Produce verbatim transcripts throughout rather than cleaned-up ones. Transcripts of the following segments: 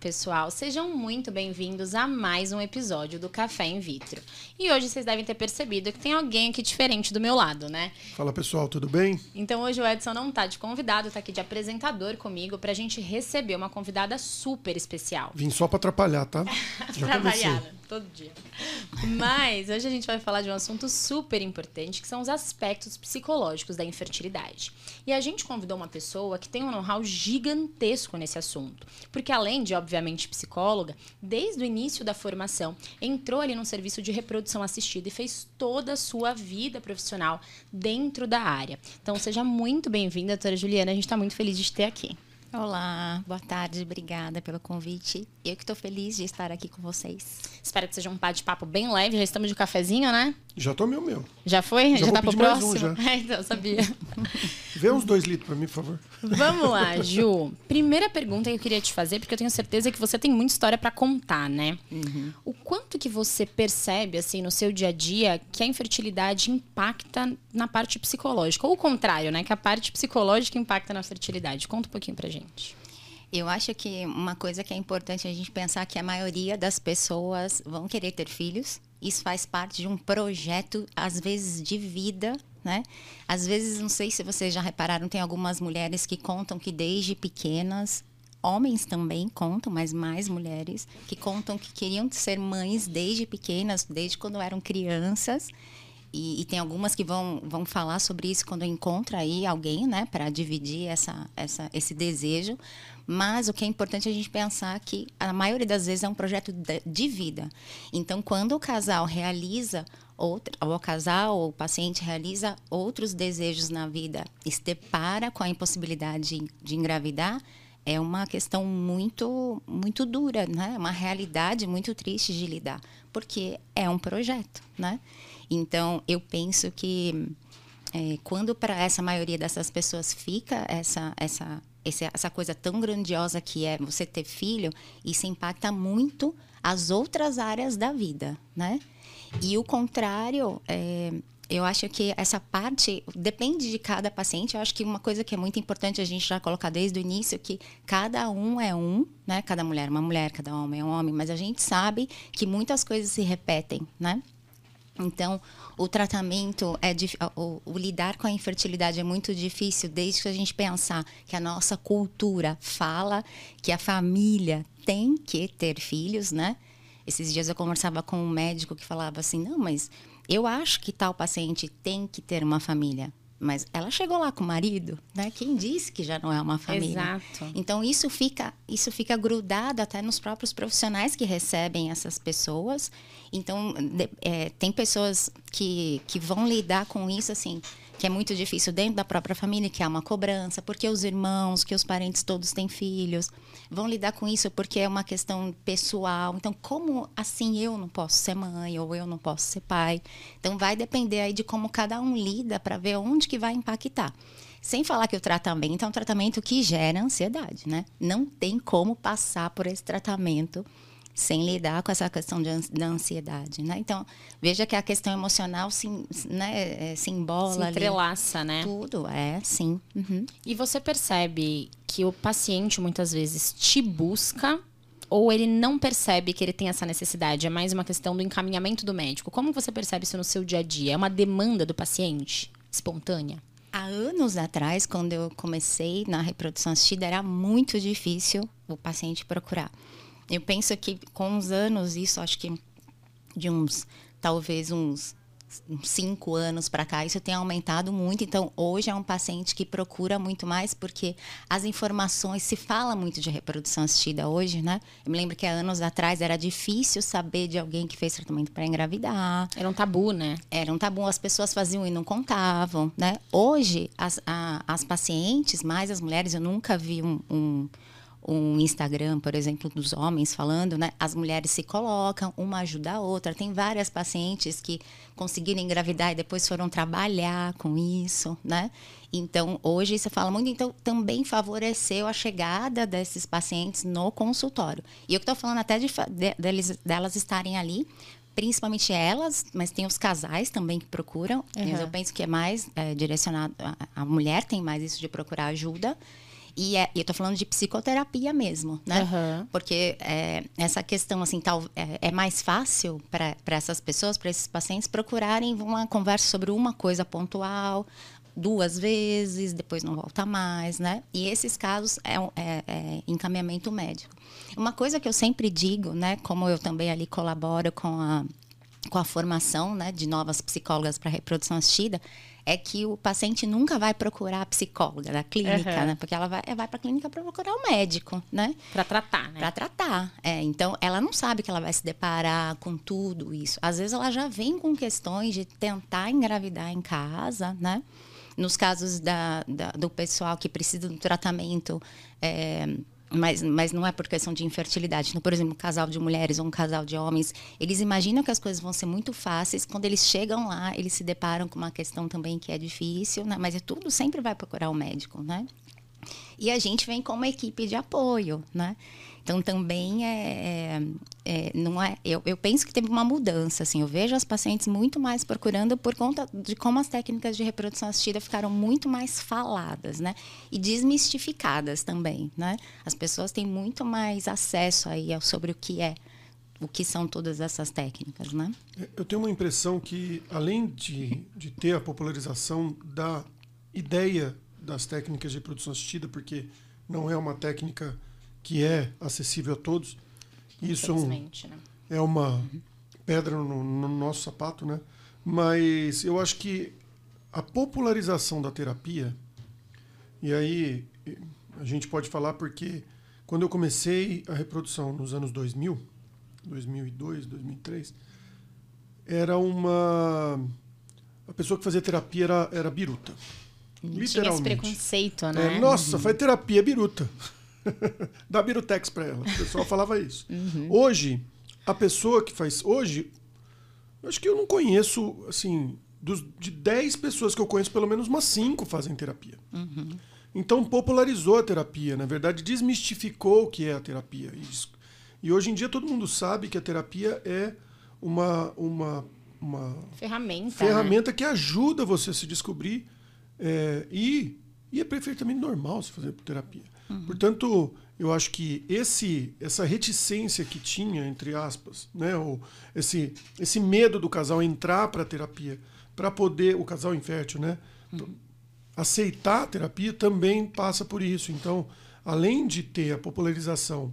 pessoal? Sejam muito bem-vindos a mais um episódio do Café In Vitro. E hoje vocês devem ter percebido que tem alguém aqui diferente do meu lado, né? Fala, pessoal, tudo bem? Então hoje o Edson não tá de convidado, tá aqui de apresentador comigo pra gente receber uma convidada super especial. Vim só pra atrapalhar, tá? Já Pra comecei. variar, todo dia. Mas hoje a gente vai falar de um assunto super importante, que são os aspectos psicológicos da infertilidade. E a gente convidou uma pessoa que tem um know-how gigantesco nesse assunto. Porque além de, obviamente, psicóloga, desde o início da formação, entrou ali num serviço de reprodução assistida e fez toda a sua vida profissional dentro da área. Então, seja muito bem-vinda, doutora Juliana. A gente está muito feliz de te ter aqui. Olá, boa tarde, obrigada pelo convite. Eu que estou feliz de estar aqui com vocês. Espero que seja um bate-papo bem leve. Já estamos de cafezinho, né? Já tomei o meu. Já foi? Já Já, vou tá pro pedir mais próximo? um, já. É, então, sabia. Vê uns dois litros pra mim, por favor. Vamos lá, Ju. Primeira pergunta que eu queria te fazer, porque eu tenho certeza que você tem muita história pra contar, né? Uhum. O quanto que você percebe, assim, no seu dia a dia, que a infertilidade impacta na parte psicológica? Ou o contrário, né? Que a parte psicológica impacta na fertilidade. Conta um pouquinho pra gente. Eu acho que uma coisa que é importante a gente pensar que a maioria das pessoas vão querer ter filhos. Isso faz parte de um projeto, às vezes, de vida, né? Às vezes, não sei se vocês já repararam, tem algumas mulheres que contam que desde pequenas, homens também contam, mas mais mulheres, que contam que queriam ser mães desde pequenas, desde quando eram crianças. E, e tem algumas que vão, vão falar sobre isso quando encontra aí alguém, né, para dividir essa, essa, esse desejo. Mas o que é importante a gente pensar que a maioria das vezes é um projeto de, de vida. Então, quando o casal realiza, outra, ou o casal ou o paciente realiza outros desejos na vida e se depara com a impossibilidade de, de engravidar, é uma questão muito, muito dura, né? Uma realidade muito triste de lidar, porque é um projeto, né? Então, eu penso que é, quando para essa maioria dessas pessoas fica essa, essa, essa coisa tão grandiosa que é você ter filho, isso impacta muito as outras áreas da vida, né? E o contrário, é, eu acho que essa parte depende de cada paciente. Eu acho que uma coisa que é muito importante a gente já colocar desde o início, que cada um é um, né? Cada mulher é uma mulher, cada homem é um homem, mas a gente sabe que muitas coisas se repetem, né? Então, o tratamento, é o, o lidar com a infertilidade é muito difícil, desde que a gente pensar que a nossa cultura fala que a família tem que ter filhos, né? Esses dias eu conversava com um médico que falava assim, não, mas eu acho que tal paciente tem que ter uma família. Mas ela chegou lá com o marido, né? Quem disse que já não é uma família? Exato. Então, isso fica, isso fica grudado até nos próprios profissionais que recebem essas pessoas. Então, de, é, tem pessoas que, que vão lidar com isso, assim, que é muito difícil dentro da própria família, que é uma cobrança, porque os irmãos, que os parentes todos têm filhos, vão lidar com isso porque é uma questão pessoal. Então, como assim eu não posso ser mãe ou eu não posso ser pai? Então, vai depender aí de como cada um lida para ver onde que vai impactar. Sem falar que o tratamento é um tratamento que gera ansiedade, né? Não tem como passar por esse tratamento sem lidar com essa questão de, da ansiedade, né? Então, veja que a questão emocional se, né, se embola Se entrelaça, ali. né? Tudo, é, sim. Uhum. E você percebe que o paciente muitas vezes te busca ou ele não percebe que ele tem essa necessidade? É mais uma questão do encaminhamento do médico. Como você percebe isso no seu dia a dia? É uma demanda do paciente espontânea? Há anos atrás, quando eu comecei na reprodução assistida, era muito difícil o paciente procurar. Eu penso que com os anos, isso acho que de uns, talvez uns cinco anos para cá, isso tem aumentado muito. Então, hoje é um paciente que procura muito mais porque as informações, se fala muito de reprodução assistida hoje, né? Eu me lembro que há anos atrás era difícil saber de alguém que fez tratamento para engravidar. Era um tabu, né? Era um tabu, as pessoas faziam e não contavam, né? Hoje, as, a, as pacientes, mais as mulheres, eu nunca vi um... um um Instagram, por exemplo, dos homens falando, né? As mulheres se colocam, uma ajuda a outra. Tem várias pacientes que conseguiram engravidar e depois foram trabalhar com isso, né? Então, hoje você fala muito, então também favoreceu a chegada desses pacientes no consultório. E eu que estou falando até de, de, deles, delas estarem ali, principalmente elas, mas tem os casais também que procuram. Uhum. Mas eu penso que é mais é, direcionado, a, a mulher tem mais isso de procurar ajuda. E é, eu tô falando de psicoterapia mesmo, né? Uhum. Porque é, essa questão, assim, tal, é, é mais fácil para essas pessoas, para esses pacientes, procurarem uma conversa sobre uma coisa pontual, duas vezes, depois não volta mais, né? E esses casos é, é, é encaminhamento médico. Uma coisa que eu sempre digo, né? Como eu também ali colaboro com a, com a formação, né, de novas psicólogas para reprodução assistida, é que o paciente nunca vai procurar a psicóloga da clínica, Uhum. né? Porque ela vai, vai para a clínica para procurar o médico, né? Pra tratar, né? Para tratar. É, então, ela não sabe que ela vai se deparar com tudo isso. Às vezes, ela já vem com questões de tentar engravidar em casa, né? Nos casos da, da, do pessoal que precisa do tratamento, é, mas, mas não é por questão de infertilidade. Então, por exemplo, um casal de mulheres ou um casal de homens, eles imaginam que as coisas vão ser muito fáceis. Quando eles chegam lá, eles se deparam com uma questão também que é difícil, né? Mas é tudo, sempre vai procurar o médico, né? E a gente vem com uma equipe de apoio, né? Então, também é, é, é, não é... Eu, eu penso que teve uma mudança, assim. Eu vejo as pacientes muito mais procurando por conta de como as técnicas de reprodução assistida ficaram muito mais faladas, né? E desmistificadas também, né? As pessoas têm muito mais acesso aí sobre o que é, o que são todas essas técnicas, né? Eu tenho uma impressão que, além de, de ter a popularização da ideia das técnicas de reprodução assistida, porque não é uma técnica que é acessível a todos. Isso Infelizmente, né? é uma pedra no, no nosso sapato, né? Mas eu acho que a popularização da terapia, e aí a gente pode falar porque quando eu comecei a reprodução nos anos dois mil, dois mil e dois, dois mil e três, era uma... A pessoa que fazia terapia era, era biruta. Literalmente. Tinha esse preconceito, né? É, nossa, faz terapia, é biruta. Dá birutex para ela. O pessoal falava isso. Uhum. Hoje, a pessoa que faz... Hoje, acho que eu não conheço, assim... Dos, de dez pessoas que eu conheço, pelo menos umas cinco fazem terapia. Uhum. Então, popularizou a terapia. Na verdade, desmistificou o que é a terapia. E, e hoje em dia, todo mundo sabe que a terapia é uma... uma, uma ferramenta, ferramenta né? que ajuda você a se descobrir. É, e, e é perfeitamente normal se fazer terapia. Uhum. Portanto, eu acho que esse, essa reticência que tinha, entre aspas, né, ou esse, esse medo do casal entrar para a terapia, para poder, o casal infértil, né, uhum. aceitar a terapia, também passa por isso. Então, além de ter a popularização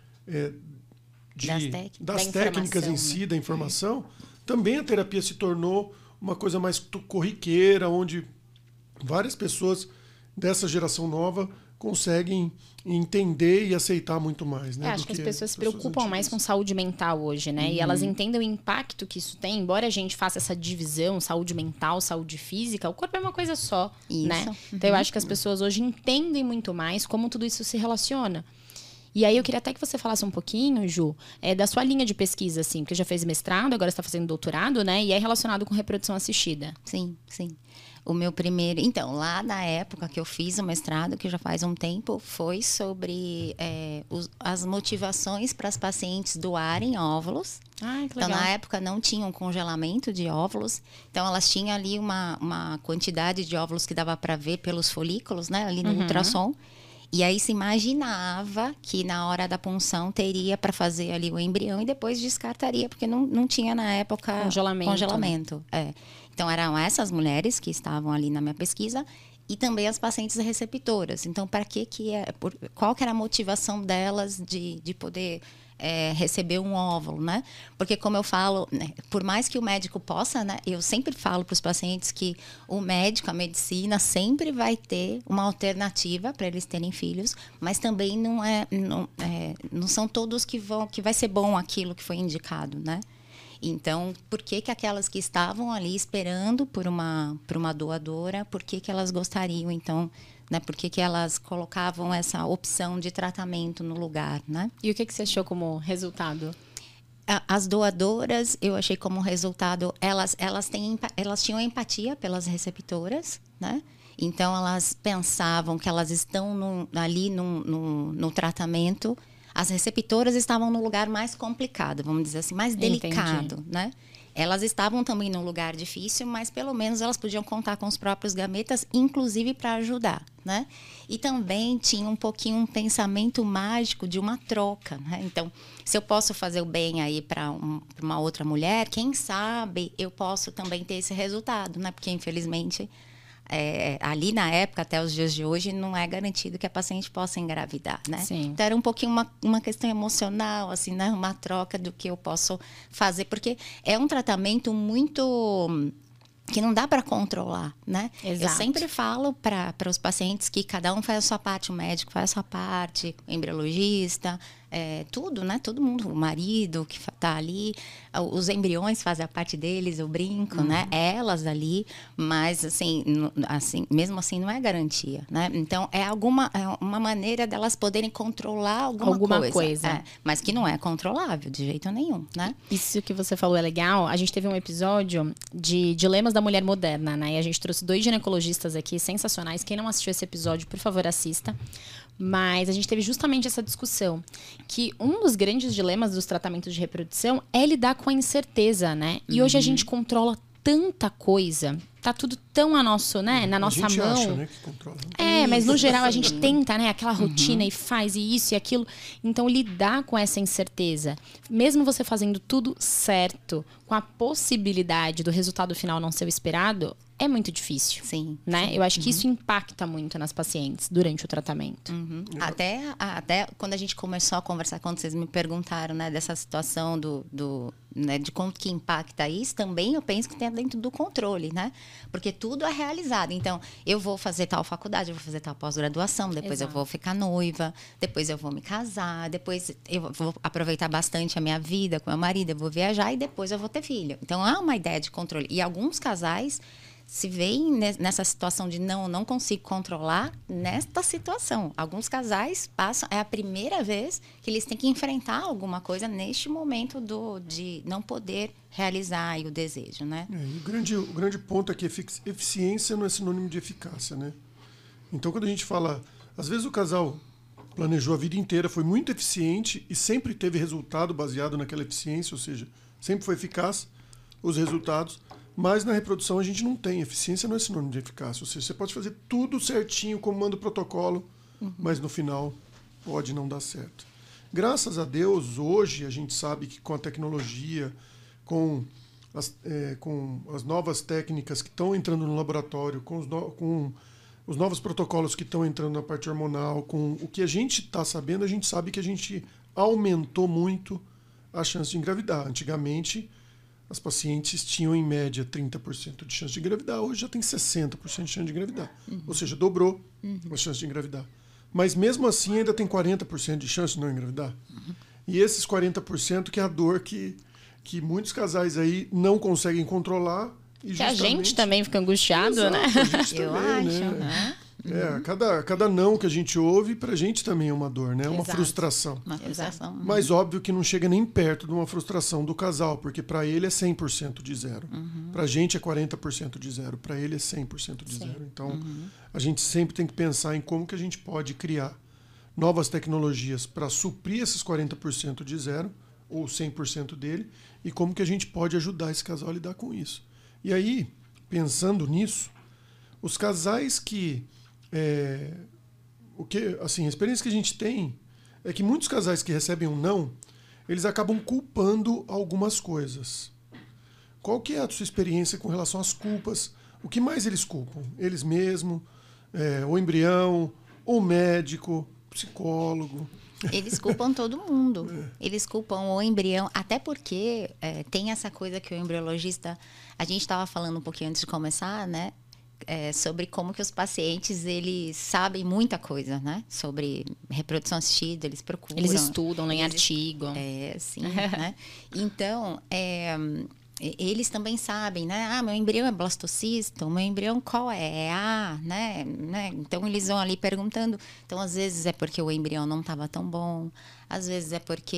é, de, das, tec das da técnicas em si, né? Da informação, também a terapia se tornou uma coisa mais corriqueira, onde várias pessoas dessa geração nova conseguem entender e aceitar muito mais, né? É, acho que as pessoas se preocupam mais com saúde mental hoje, né? Uhum. E elas entendem o impacto que isso tem. Embora a gente faça essa divisão, saúde mental, saúde física, o corpo é uma coisa só, isso. Né? Uhum. Então eu acho que as pessoas hoje entendem muito mais como tudo isso se relaciona. E aí eu queria até que você falasse um pouquinho, Ju, é, da sua linha de pesquisa, assim, porque já fez mestrado, agora está fazendo doutorado, né? E é relacionado com reprodução assistida. Sim, sim. O meu primeiro... Então, lá na época que eu fiz o mestrado, que já faz um tempo, foi sobre é, os, as motivações para as pacientes doarem óvulos. Ah, que legal. Então, na época, não tinha um congelamento de óvulos. Então, elas tinham ali uma, uma quantidade de óvulos que dava para ver pelos folículos, né? Ali no uhum. ultrassom. E aí se imaginava que na hora da punção teria para fazer ali o embrião e depois descartaria, porque não, não tinha na época congelamento. congelamento. É. Então eram essas mulheres que estavam ali na minha pesquisa e também as pacientes receptoras. Então, para que que é, por, qual que era a motivação delas de, de poder é, receber um óvulo, né? Porque, como eu falo, né, por mais que o médico possa, né? Eu sempre falo para os pacientes que o médico, a medicina, sempre vai ter uma alternativa para eles terem filhos, mas também não é, não, é, não são todos que vão, que vai ser bom aquilo que foi indicado, né? Então, por que que aquelas que estavam ali esperando por uma, por uma doadora, por que que elas gostariam, então, né? Por que que elas colocavam essa opção de tratamento no lugar, né? E o que que você achou como resultado? As doadoras, eu achei como resultado, elas, elas, têm, elas tinham empatia pelas receptoras, né? Então, elas pensavam que elas estão no, ali no, no, no tratamento. As receptoras estavam no lugar mais complicado, vamos dizer assim, mais delicado, Entendi. Né? elas estavam também num lugar difícil, mas pelo menos elas podiam contar com os próprios gametas, inclusive para ajudar, né? E também tinha um pouquinho um pensamento mágico de uma troca, né? Então, se eu posso fazer o bem aí para um, uma outra mulher, quem sabe eu posso também ter esse resultado, né? Porque, infelizmente, é, ali na época, até os dias de hoje, não é garantido que a paciente possa engravidar, né? Sim. Então, era um pouquinho uma, uma questão emocional, assim, né? Uma troca do que eu posso fazer, porque é um tratamento muito... que não dá para controlar, né? Exato. Eu sempre falo para os pacientes que cada um faz a sua parte, o médico faz a sua parte, o embriologista, é, tudo, né? Todo mundo, o marido que está ali, os embriões fazem a parte deles, eu brinco, uhum. né? Elas ali, mas assim, assim, mesmo assim não é garantia, né? Então é alguma é uma maneira delas poderem controlar alguma, alguma coisa, coisa. É, mas que não é controlável de jeito nenhum, né? Isso que você falou é legal. A gente teve um episódio de dilemas da mulher moderna, né? E a gente trouxe dois ginecologistas aqui sensacionais. Quem não assistiu esse episódio, por favor, assista. Mas a gente teve justamente essa discussão, que um dos grandes dilemas dos tratamentos de reprodução é lidar com a incerteza, né? E uhum. hoje a gente controla tanta coisa, tá tudo tão a nosso, né, na nossa a gente mão. Acha, né, que controla. É, mas no geral a gente tenta, né, aquela rotina uhum. e faz e isso e aquilo. Então lidar com essa incerteza, mesmo você fazendo tudo certo, com a possibilidade do resultado final não ser o esperado, é muito difícil. Sim. Né? Sim. Eu acho que uhum. isso impacta muito nas pacientes durante o tratamento. Uhum. Até, até quando a gente começou a conversar, quando vocês me perguntaram, né, dessa situação do, do, né, de como que impacta isso, também eu penso que tem dentro do controle, né? Porque tudo é realizado. Então, eu vou fazer tal faculdade, eu vou fazer tal pós-graduação, depois Exato. Eu vou ficar noiva, depois eu vou me casar, depois eu vou aproveitar bastante a minha vida com meu marido, eu vou viajar e depois eu vou ter filho. Então, há uma ideia de controle. E alguns casais se veem nessa situação de não, não consigo controlar nesta situação. Alguns casais passam, é a primeira vez que eles têm que enfrentar alguma coisa neste momento do, de não poder realizar o desejo, né? É, e o, grande, o grande ponto é que eficiência não é sinônimo de eficácia, né? Então, quando a gente fala... Às vezes o casal planejou a vida inteira, foi muito eficiente e sempre teve resultado baseado naquela eficiência, ou seja, sempre foi eficaz os resultados. Mas na reprodução a gente não tem. Eficiência não é sinônimo de eficácia. Ou seja, você pode fazer tudo certinho, como manda o protocolo, uhum. mas no final pode não dar certo. Graças a Deus, hoje a gente sabe que com a tecnologia, com as, é, com as novas técnicas que estão entrando no laboratório, com os, no, com os novos protocolos que estão entrando na parte hormonal, com o que a gente está sabendo, a gente sabe que a gente aumentou muito a chance de engravidar. Antigamente, as pacientes tinham, em média, trinta por cento de chance de engravidar. Hoje já tem sessenta por cento de chance de engravidar. Uhum. Ou seja, dobrou uhum. a chance de engravidar. Mas, mesmo assim, ainda tem quarenta por cento de chance de não engravidar. Uhum. E esses quarenta por cento que é a dor que, que muitos casais aí não conseguem controlar. E que a gente também fica angustiado, Exato, né? A gente Eu também, acho, né? né? É, cada, cada não que a gente ouve, pra gente também é uma dor, né? É uma Exato. frustração. Uma frustração. Uhum. Mas óbvio que não chega nem perto de uma frustração do casal, porque para ele é cem por cento de zero. Uhum. Pra gente é quarenta por cento de zero, para ele é cem por cento de Sim. zero. Então, uhum. a gente sempre tem que pensar em como que a gente pode criar novas tecnologias para suprir esses quarenta por cento de zero, ou cem por cento dele, e como que a gente pode ajudar esse casal a lidar com isso. E aí, pensando nisso, os casais que... É, o que, assim, a experiência que a gente tem é que muitos casais que recebem um não, eles acabam culpando algumas coisas. Qual que é a sua experiência com relação às culpas? O que mais eles culpam? Eles mesmos, é, o embrião, o médico, o psicólogo. Eles culpam todo mundo. É. Eles culpam o embrião, até porque é, tem essa coisa que o embriologista... A gente estava falando um pouquinho antes de começar, né? É, sobre como que os pacientes, eles sabem muita coisa, né? Sobre reprodução assistida, eles procuram. Eles estudam, leem eles, artigo. É, sim, né? Então, é, eles também sabem, né? Ah, meu embrião é blastocisto, meu embrião qual é? É A, né? né? Então, eles vão ali perguntando. Então, às vezes é porque o embrião não estava tão bom, às vezes é porque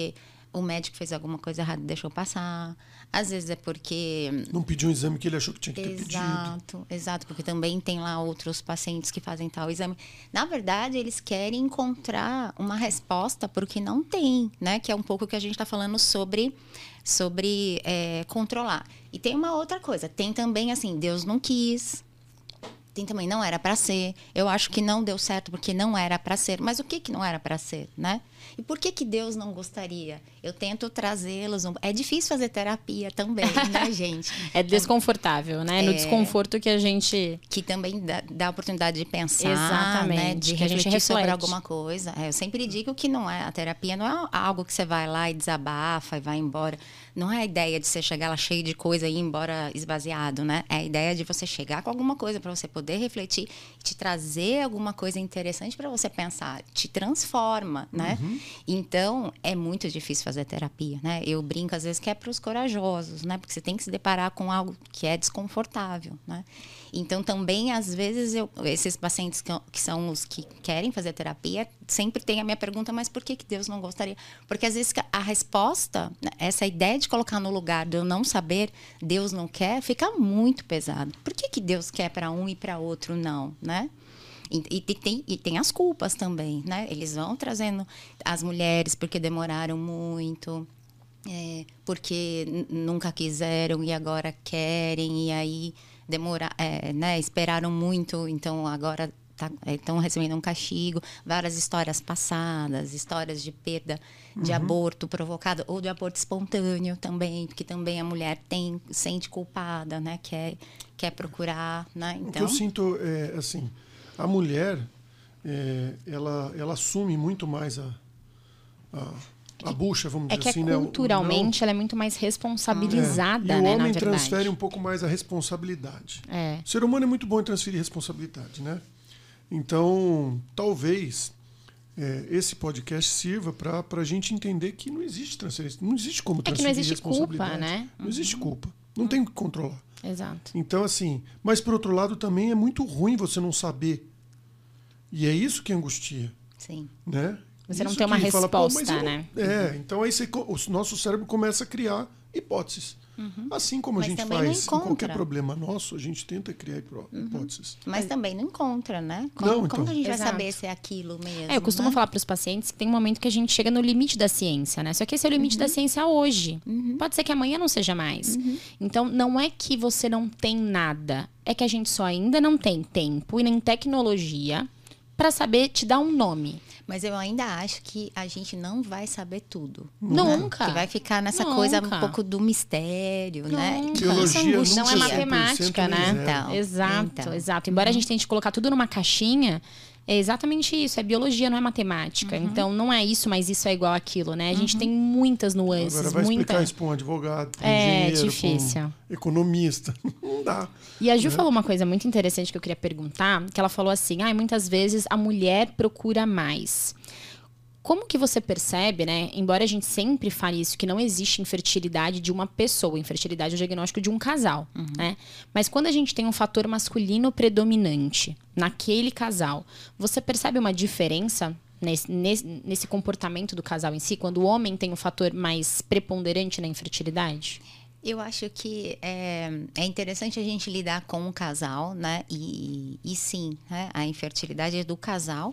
o médico fez alguma coisa errada e deixou passar. Às vezes é porque... Não pediu um exame que ele achou que tinha que ter pedido. Exato, exato, porque também tem lá outros pacientes que fazem tal exame. Na verdade, eles querem encontrar uma resposta para o que não tem, né? Que é um pouco o que a gente está falando sobre, sobre é, controlar. E tem uma outra coisa, tem também assim, Deus não quis... Tem também, não era para ser. Eu acho que não deu certo porque não era para ser. Mas o que que não era para ser, né? E por que que Deus não gostaria? Eu tento trazê-los... Um... É difícil fazer terapia também, né, gente? É desconfortável, né? É no desconforto que a gente... Que também dá, dá a oportunidade de pensar, Exatamente, né? De que a gente refletir sobre reflete. alguma coisa. É, eu sempre digo que não é... A terapia não é algo que você vai lá e desabafa e vai embora. Não é a ideia de você chegar lá cheio de coisa e ir embora esvaziado, né? É a ideia de você chegar com alguma coisa para você poder refletir, te trazer alguma coisa interessante para você pensar, te transforma, né? Uhum. Então, é muito difícil fazer terapia, né? Eu brinco às vezes que é para os corajosos, né? Porque você tem que se deparar com algo que é desconfortável, né? Então, também, às vezes, eu, esses pacientes que, que são os que querem fazer terapia, sempre tem a minha pergunta, mas por que que Deus não gostaria? Porque, às vezes, a resposta, essa ideia de colocar no lugar de eu não saber, Deus não quer, fica muito pesado. Por que que Deus quer para um e para outro não, né? E, e, tem, e tem as culpas também, né? Eles vão trazendo as mulheres porque demoraram muito, é, porque nunca quiseram e agora querem, e aí demora, é, né? Esperaram muito, então agora estão tá, recebendo um castigo. Várias histórias passadas, histórias de perda de uhum. aborto provocado ou de aborto espontâneo também, porque também a mulher tem, sente culpada, né? Quer, quer procurar, né? Então... O que eu sinto é, assim... A mulher, é, ela, ela assume muito mais a, a, a bucha, vamos é dizer assim. É que culturalmente né? ela é muito mais responsabilizada, é. E né, o homem na transfere um pouco mais a responsabilidade. É. O ser humano é muito bom em transferir responsabilidade, né? Então, talvez é, esse podcast sirva para a gente entender que não existe transferência, não existe como transferir é que não existe responsabilidade. Culpa, né? Não existe culpa, não uhum. tem que controlar. Exato. Então, assim, mas por outro lado também é muito ruim você não saber. E é isso que angustia. Sim. Né? Você isso não tem uma resposta, fala, eu, né? É, então aí você, o nosso cérebro começa a criar hipóteses. Uhum. Assim como Mas a gente faz em qualquer problema nosso, a gente tenta criar hipóteses. Uhum. Mas também não encontra, né? Como, não, como então. a gente vai Exato. saber se é aquilo mesmo? É, eu costumo né? falar para os pacientes que tem um momento que a gente chega no limite da ciência, né? Só que esse é o limite uhum. da ciência hoje. Uhum. Pode ser que amanhã não seja mais. Uhum. Então, não é que você não tem nada. É que a gente só ainda não tem tempo e nem tecnologia para saber te dar um nome. Mas eu ainda acho que a gente não vai saber tudo. Nunca. Né? Que vai ficar nessa Nunca. coisa um pouco do mistério, Nunca. né? Biologia isso não é matemática, né? Então, exato, então. exato. Embora uhum. a gente tente colocar tudo numa caixinha, é exatamente isso. É biologia, não é matemática. Uhum. Então, não é isso, mas isso é igual aquilo, né? A gente uhum. tem muitas nuances. Agora vai muita... explicar isso para um advogado, para um é, engenheiro, difícil. para um economista. Não dá. E a Ju né? falou uma coisa muito interessante que eu queria perguntar, que ela falou assim, ah, muitas vezes a mulher procura mais. Como que você percebe, né? Embora a gente sempre fale isso, que não existe infertilidade de uma pessoa, infertilidade é o diagnóstico de um casal, uhum. né? Mas quando a gente tem um fator masculino predominante naquele casal, você percebe uma diferença nesse, nesse, nesse comportamento do casal em si, quando o homem tem um fator mais preponderante na infertilidade? Eu acho que é, é interessante a gente lidar com o casal, né? E, e sim, né? A infertilidade é do casal.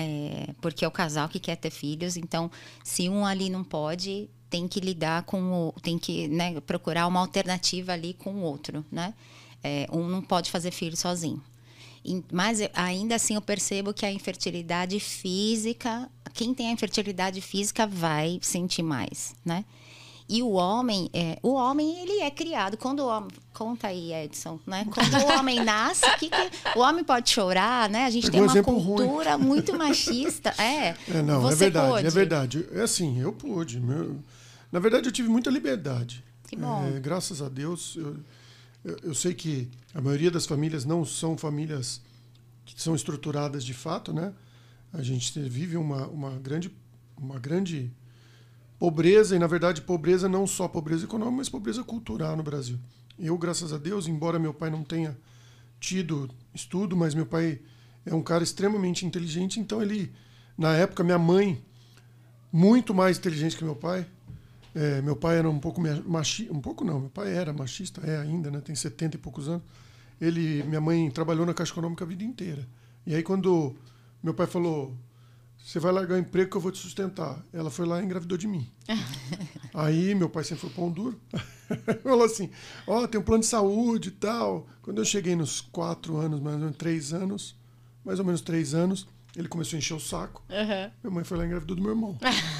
É, porque é o casal que quer ter filhos, então se um ali não pode, tem que lidar com o, tem que né, procurar uma alternativa ali com o outro, né? É, um não pode fazer filho sozinho. E, mas ainda assim eu percebo que a infertilidade física, quem tem a infertilidade física vai sentir mais, né? E o homem, é, o homem ele é criado quando o homem, conta aí, Edson, né? Quando o homem nasce, que que, o homem pode chorar, né? A gente Pegou tem uma cultura ruim. muito machista, é. É não, você é verdade, pôde. é verdade. É assim, eu pude. Meu, na verdade, eu tive muita liberdade. Que bom. É, graças a Deus, eu, eu, eu sei que a maioria das famílias não são famílias que são estruturadas de fato, né? A gente vive uma, uma grande, uma grande pobreza, e na verdade pobreza não só pobreza econômica, mas pobreza cultural no Brasil. Eu, graças a Deus, embora meu pai não tenha tido estudo, mas meu pai é um cara extremamente inteligente, então ele, na época, minha mãe, muito mais inteligente que meu pai, É, meu pai era um pouco machista, um pouco não, meu pai era machista, é ainda, né? Tem setenta e poucos anos. Ele, minha mãe trabalhou na Caixa Econômica a vida inteira. E aí quando meu pai falou, você vai largar o emprego que eu vou te sustentar. Ela foi lá e engravidou de mim. Aí meu pai sempre foi pão duro. Falou assim, ó, oh, tem um plano de saúde e tal. Quando eu cheguei nos quatro anos, mais ou menos três anos, mais ou menos três anos, ele começou a encher o saco. Uhum. Minha mãe foi lá e engravidou do meu irmão.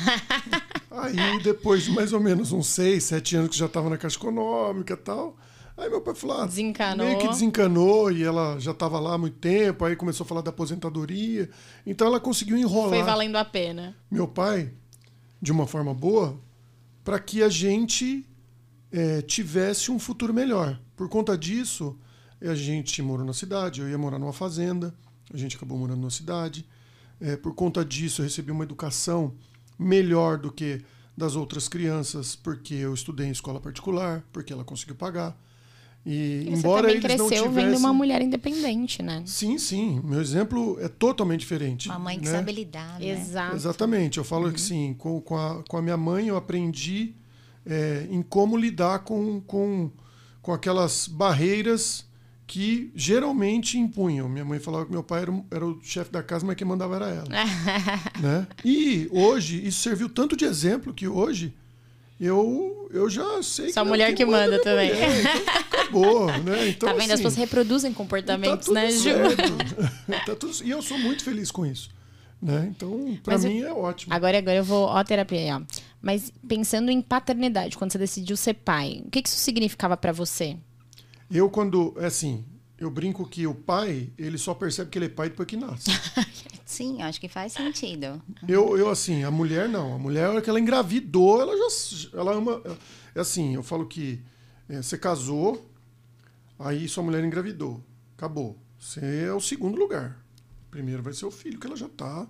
Aí, depois de mais ou menos uns seis, sete anos que já estava na Caixa Econômica e tal, aí meu pai falou, ah, desencanou. meio que desencanou, e ela já estava lá há muito tempo, aí começou a falar da aposentadoria. Então ela conseguiu enrolar. Foi valendo a pena. Meu pai, de uma forma boa, para que a gente é, tivesse um futuro melhor. Por conta disso, a gente morou na cidade, eu ia morar numa fazenda, a gente acabou morando na cidade. É, por conta disso, eu recebi uma educação melhor do que das outras crianças, porque eu estudei em escola particular, porque ela conseguiu pagar. E, e você embora também eles cresceu não tivessem... vendo uma mulher independente, né? Sim, sim. Meu exemplo é totalmente diferente. Uma mãe que né? sabe lidar, né? Exato. Exatamente. Eu falo uhum. que sim, com, com, a, com a minha mãe eu aprendi é, em como lidar com, com, com aquelas barreiras que geralmente impunham. Minha mãe falava que meu pai era, era o chefe da casa, mas quem mandava era ela. né? E hoje, isso serviu tanto de exemplo que hoje eu, eu já sei Só que... a mulher que manda, manda também. Mulher, então acabou, né? Então, tá vendo? Assim, as pessoas reproduzem comportamentos, tá né, Ju? tá tudo, e eu sou muito feliz com isso. Né? Então, pra Mas mim, eu, é ótimo. Agora, agora eu vou... Ó, terapia, ó. Mas pensando em paternidade, quando você decidiu ser pai, o que isso significava pra você? Eu, quando... É assim, eu brinco que o pai, ele só percebe que ele é pai depois que nasce. Sim, acho que faz sentido. Eu, eu, assim, a mulher não. A mulher, a hora que ela engravidou, ela já... Ela ama... É assim, eu falo que é, você casou, aí sua mulher engravidou. Acabou. Você é o segundo lugar. Primeiro vai ser o filho, que ela já está.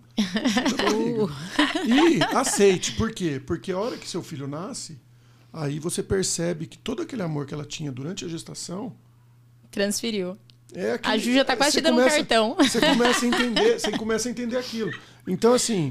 E aceite. Por quê? Porque a hora que seu filho nasce, aí você percebe que todo aquele amor que ela tinha durante a gestação... Transferiu. É aquele, a Ju já tá quase te dando começa, um cartão. Você começa a entender, você começa a entender aquilo. Então, assim,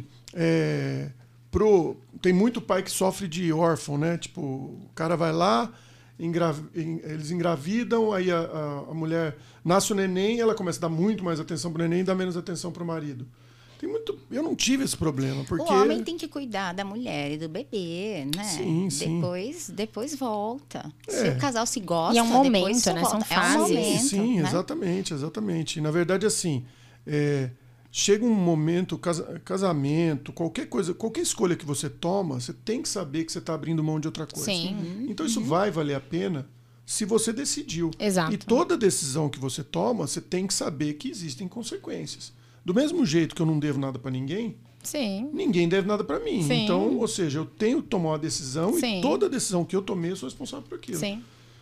é, pro, tem muito pai que sofre de órfão, né? Tipo, o cara vai lá, engrav, eles engravidam, aí a, a, a mulher nasce o neném, ela começa a dar muito mais atenção pro neném e dá menos atenção pro marido. Tem muito, eu não tive esse problema, porque... O homem tem que cuidar da mulher e do bebê, né? Sim, sim. Depois, depois volta. É. Se o casal se gosta, e é um momento, né? São fases. É um momento, sim, né? exatamente, exatamente. Na verdade, assim, é, chega um momento, casa, casamento, qualquer coisa, qualquer escolha que você toma, você tem que saber que você está abrindo mão de outra coisa. Sim. Uhum. Então isso uhum. vai valer a pena se você decidiu. Exato. E toda decisão que você toma, você tem que saber que existem consequências. Do mesmo jeito que eu não devo nada para ninguém, Sim. ninguém deve nada para mim. Sim. Então, ou seja, eu tenho que tomar uma decisão Sim. e toda decisão que eu tomei, eu sou responsável por aquilo. Sim.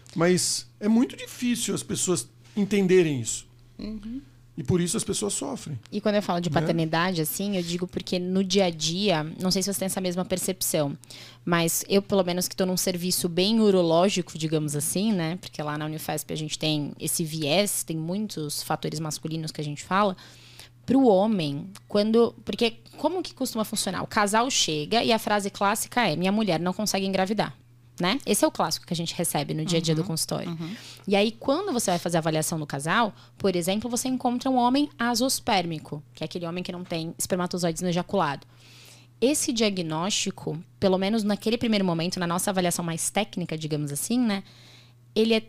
Mas é muito difícil as pessoas entenderem isso. Uhum. E por isso as pessoas sofrem. E quando eu falo de paternidade, né? assim, eu digo porque no dia a dia, não sei se você tem essa mesma percepção, mas eu, pelo menos, que estou num serviço bem urológico, digamos assim, né? Porque lá na Unifesp a gente tem esse viés, tem muitos fatores masculinos que a gente fala. Para o homem, quando... Porque como que costuma funcionar? O casal chega e a frase clássica é: minha mulher não consegue engravidar. Né? Esse é o clássico que a gente recebe no dia a dia uhum, do consultório. Uhum. E aí, quando você vai fazer a avaliação do casal, por exemplo, você encontra um homem azospérmico, que é aquele homem que não tem espermatozoides no ejaculado. Esse diagnóstico, pelo menos naquele primeiro momento, na nossa avaliação mais técnica, digamos assim, né? Ele é...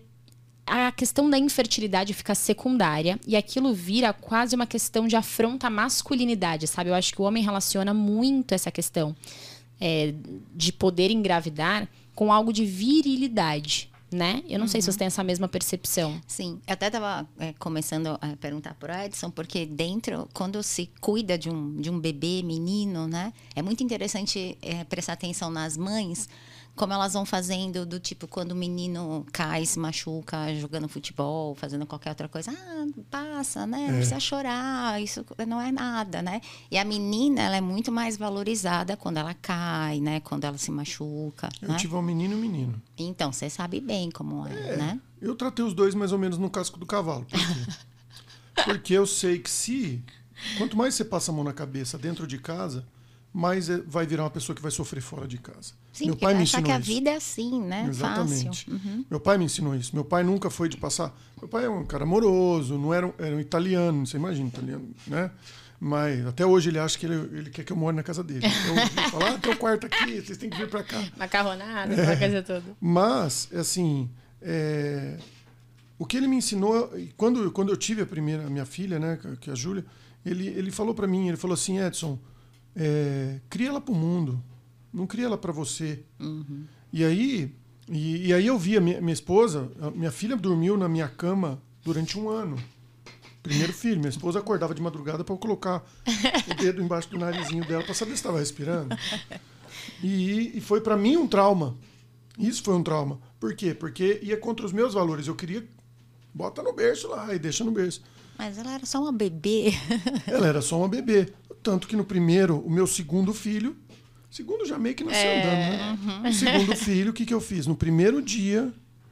A questão da infertilidade fica secundária e aquilo vira quase uma questão de afronta à masculinidade, sabe? Eu acho que o homem relaciona muito essa questão é, de poder engravidar com algo de virilidade, né? Eu não uhum. sei se você tem essa mesma percepção. Sim, eu até estava é, começando a perguntar por Edson, porque dentro, quando se cuida de um, de um bebê, menino, né? É muito interessante é, prestar atenção nas mães, como elas vão fazendo do tipo, quando o menino cai, se machuca, jogando futebol, fazendo qualquer outra coisa. Ah, passa, né? Não é. precisa chorar, isso não é nada, né? E a menina, ela é muito mais valorizada quando ela cai, né? Quando ela se machuca. Eu né? tive um menino e um menino. Então, você sabe bem como é, é, né? Eu tratei os dois mais ou menos no casco do cavalo. Por quê? Porque eu sei que se... Quanto mais você passa a mão na cabeça dentro de casa, mais é, vai virar uma pessoa que vai sofrer fora de casa. Sim, Meu pai me achar ensinou que a isso. vida é assim, né? Exatamente. Fácil. Uhum. Meu pai me ensinou isso. Meu pai nunca foi de passar... Meu pai é um cara amoroso, não era um, era um italiano, você imagina, italiano, né? Mas até hoje ele acha que ele, ele quer que eu more na casa dele. Então ele fala, ah, tem um quarto aqui, vocês têm que vir para cá. Macarronada, é. Aquela coisa toda. Mas, assim, é... o que ele me ensinou... Quando, quando eu tive a primeira, a minha filha, né, que é a Júlia, ele, ele falou para mim, ele falou assim, Edson, é, cria ela para o mundo, não cria ela para você. Uhum. E aí, e, e aí eu vi a minha, minha esposa, a minha filha dormiu na minha cama durante um ano. Primeiro filho, minha esposa acordava de madrugada para eu colocar o dedo embaixo do narizinho dela para saber se estava respirando. E, e foi para mim um trauma. Isso foi um trauma. Por quê? Porque ia contra os meus valores. Eu queria, bota no berço lá e deixa no berço. Mas ela era só uma bebê. Ela era só uma bebê. Tanto que no primeiro, o meu segundo filho, segundo já meio que nasceu é... andando, né? Uhum. O segundo filho, o que, que eu fiz? No primeiro dia...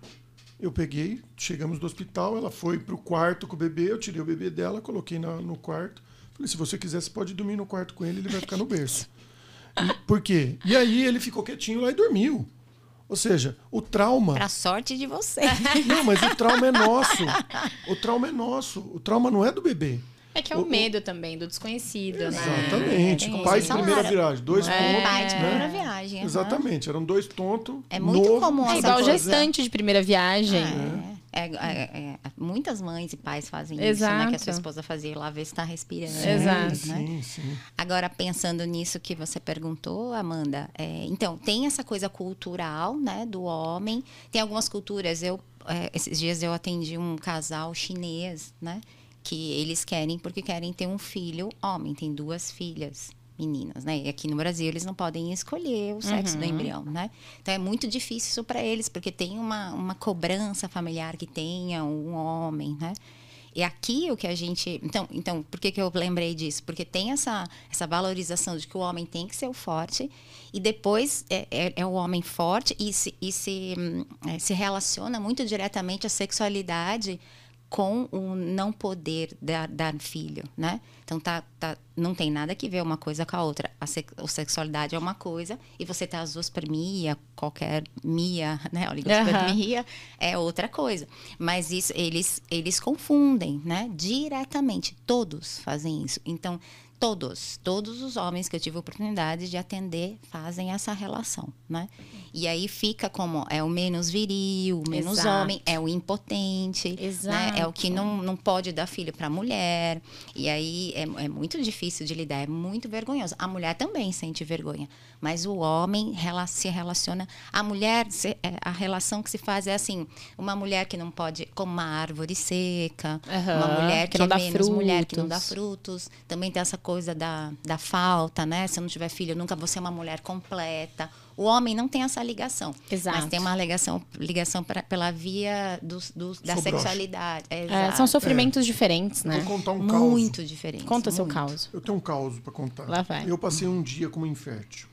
Eu peguei, chegamos do hospital, ela foi pro quarto com o bebê, eu tirei o bebê dela, coloquei na, no quarto. Falei, se você quiser, você pode dormir no quarto com ele, ele vai ficar no berço. E, por quê? E aí ele ficou quietinho lá e dormiu. Ou seja, o trauma... Pra sorte de você. Não, mas o trauma é nosso. O trauma é nosso. O trauma não é do bebê. É que é o, o medo também, do desconhecido, exatamente. né? É, pai de primeira viagem. Dois é, tontos. Pai de né? primeira viagem. Uhum. Exatamente. Eram dois tontos. É muito novo, comum. É igual gestante de primeira viagem. É. É, é, é, muitas mães e pais fazem Exato. isso, né? Que a sua esposa fazia lá ver se está respirando. Sim, Exato. Né? Sim, sim. Agora, pensando nisso que você perguntou, Amanda, é, então, tem essa coisa cultural, né, do homem. Tem algumas culturas, eu, é, esses dias eu atendi um casal chinês, né? Que eles querem, porque querem ter um filho homem, tem duas filhas meninas, né? E aqui no Brasil eles não podem escolher o sexo uhum. do embrião, né? Então é muito difícil isso para eles, porque tem uma, uma cobrança familiar que tenha um homem, né? E aqui o que a gente... Então, então por que, que eu lembrei disso? Porque tem essa, essa valorização de que o homem tem que ser o forte e depois é, é, é o homem forte e, se, e se, é, se relaciona muito diretamente a sexualidade com o não poder dar, dar filho, né? Então, tá, tá, não tem nada que ver uma coisa com a outra. A, sex, a sexualidade é uma coisa e você ter a zoospermia, qualquer mia, né? A oligospermia uhum. é outra coisa. Mas isso, eles, eles confundem, né? Diretamente. Todos fazem isso. Então, todos, todos os homens que eu tive a oportunidade de atender fazem essa relação, né? E aí fica como é o menos viril, o menos Exato. Homem, é o impotente, né? É o que não, não pode dar filho para a mulher. E aí é, é muito difícil de lidar, é muito vergonhoso. A mulher também sente vergonha, mas o homem rela, se relaciona... A mulher, se, a relação que se faz é assim, uma mulher que não pode... Como uma árvore seca, uhum. uma mulher que, que não é dá menos frutos. Mulher que não dá frutos. Também tem essa coisa da, da falta, né? Se eu não tiver filho, nunca vou ser uma mulher completa. O homem não tem essa ligação. Exato. Mas tem uma ligação, ligação pra, pela via do, do, da sexualidade. É, é, são sofrimentos é. diferentes, né? Vou contar um muito caos. Muito diferentes. Conta muito. seu caos. Eu tenho um caos para contar. Lá vai. Eu passei um dia como infértil.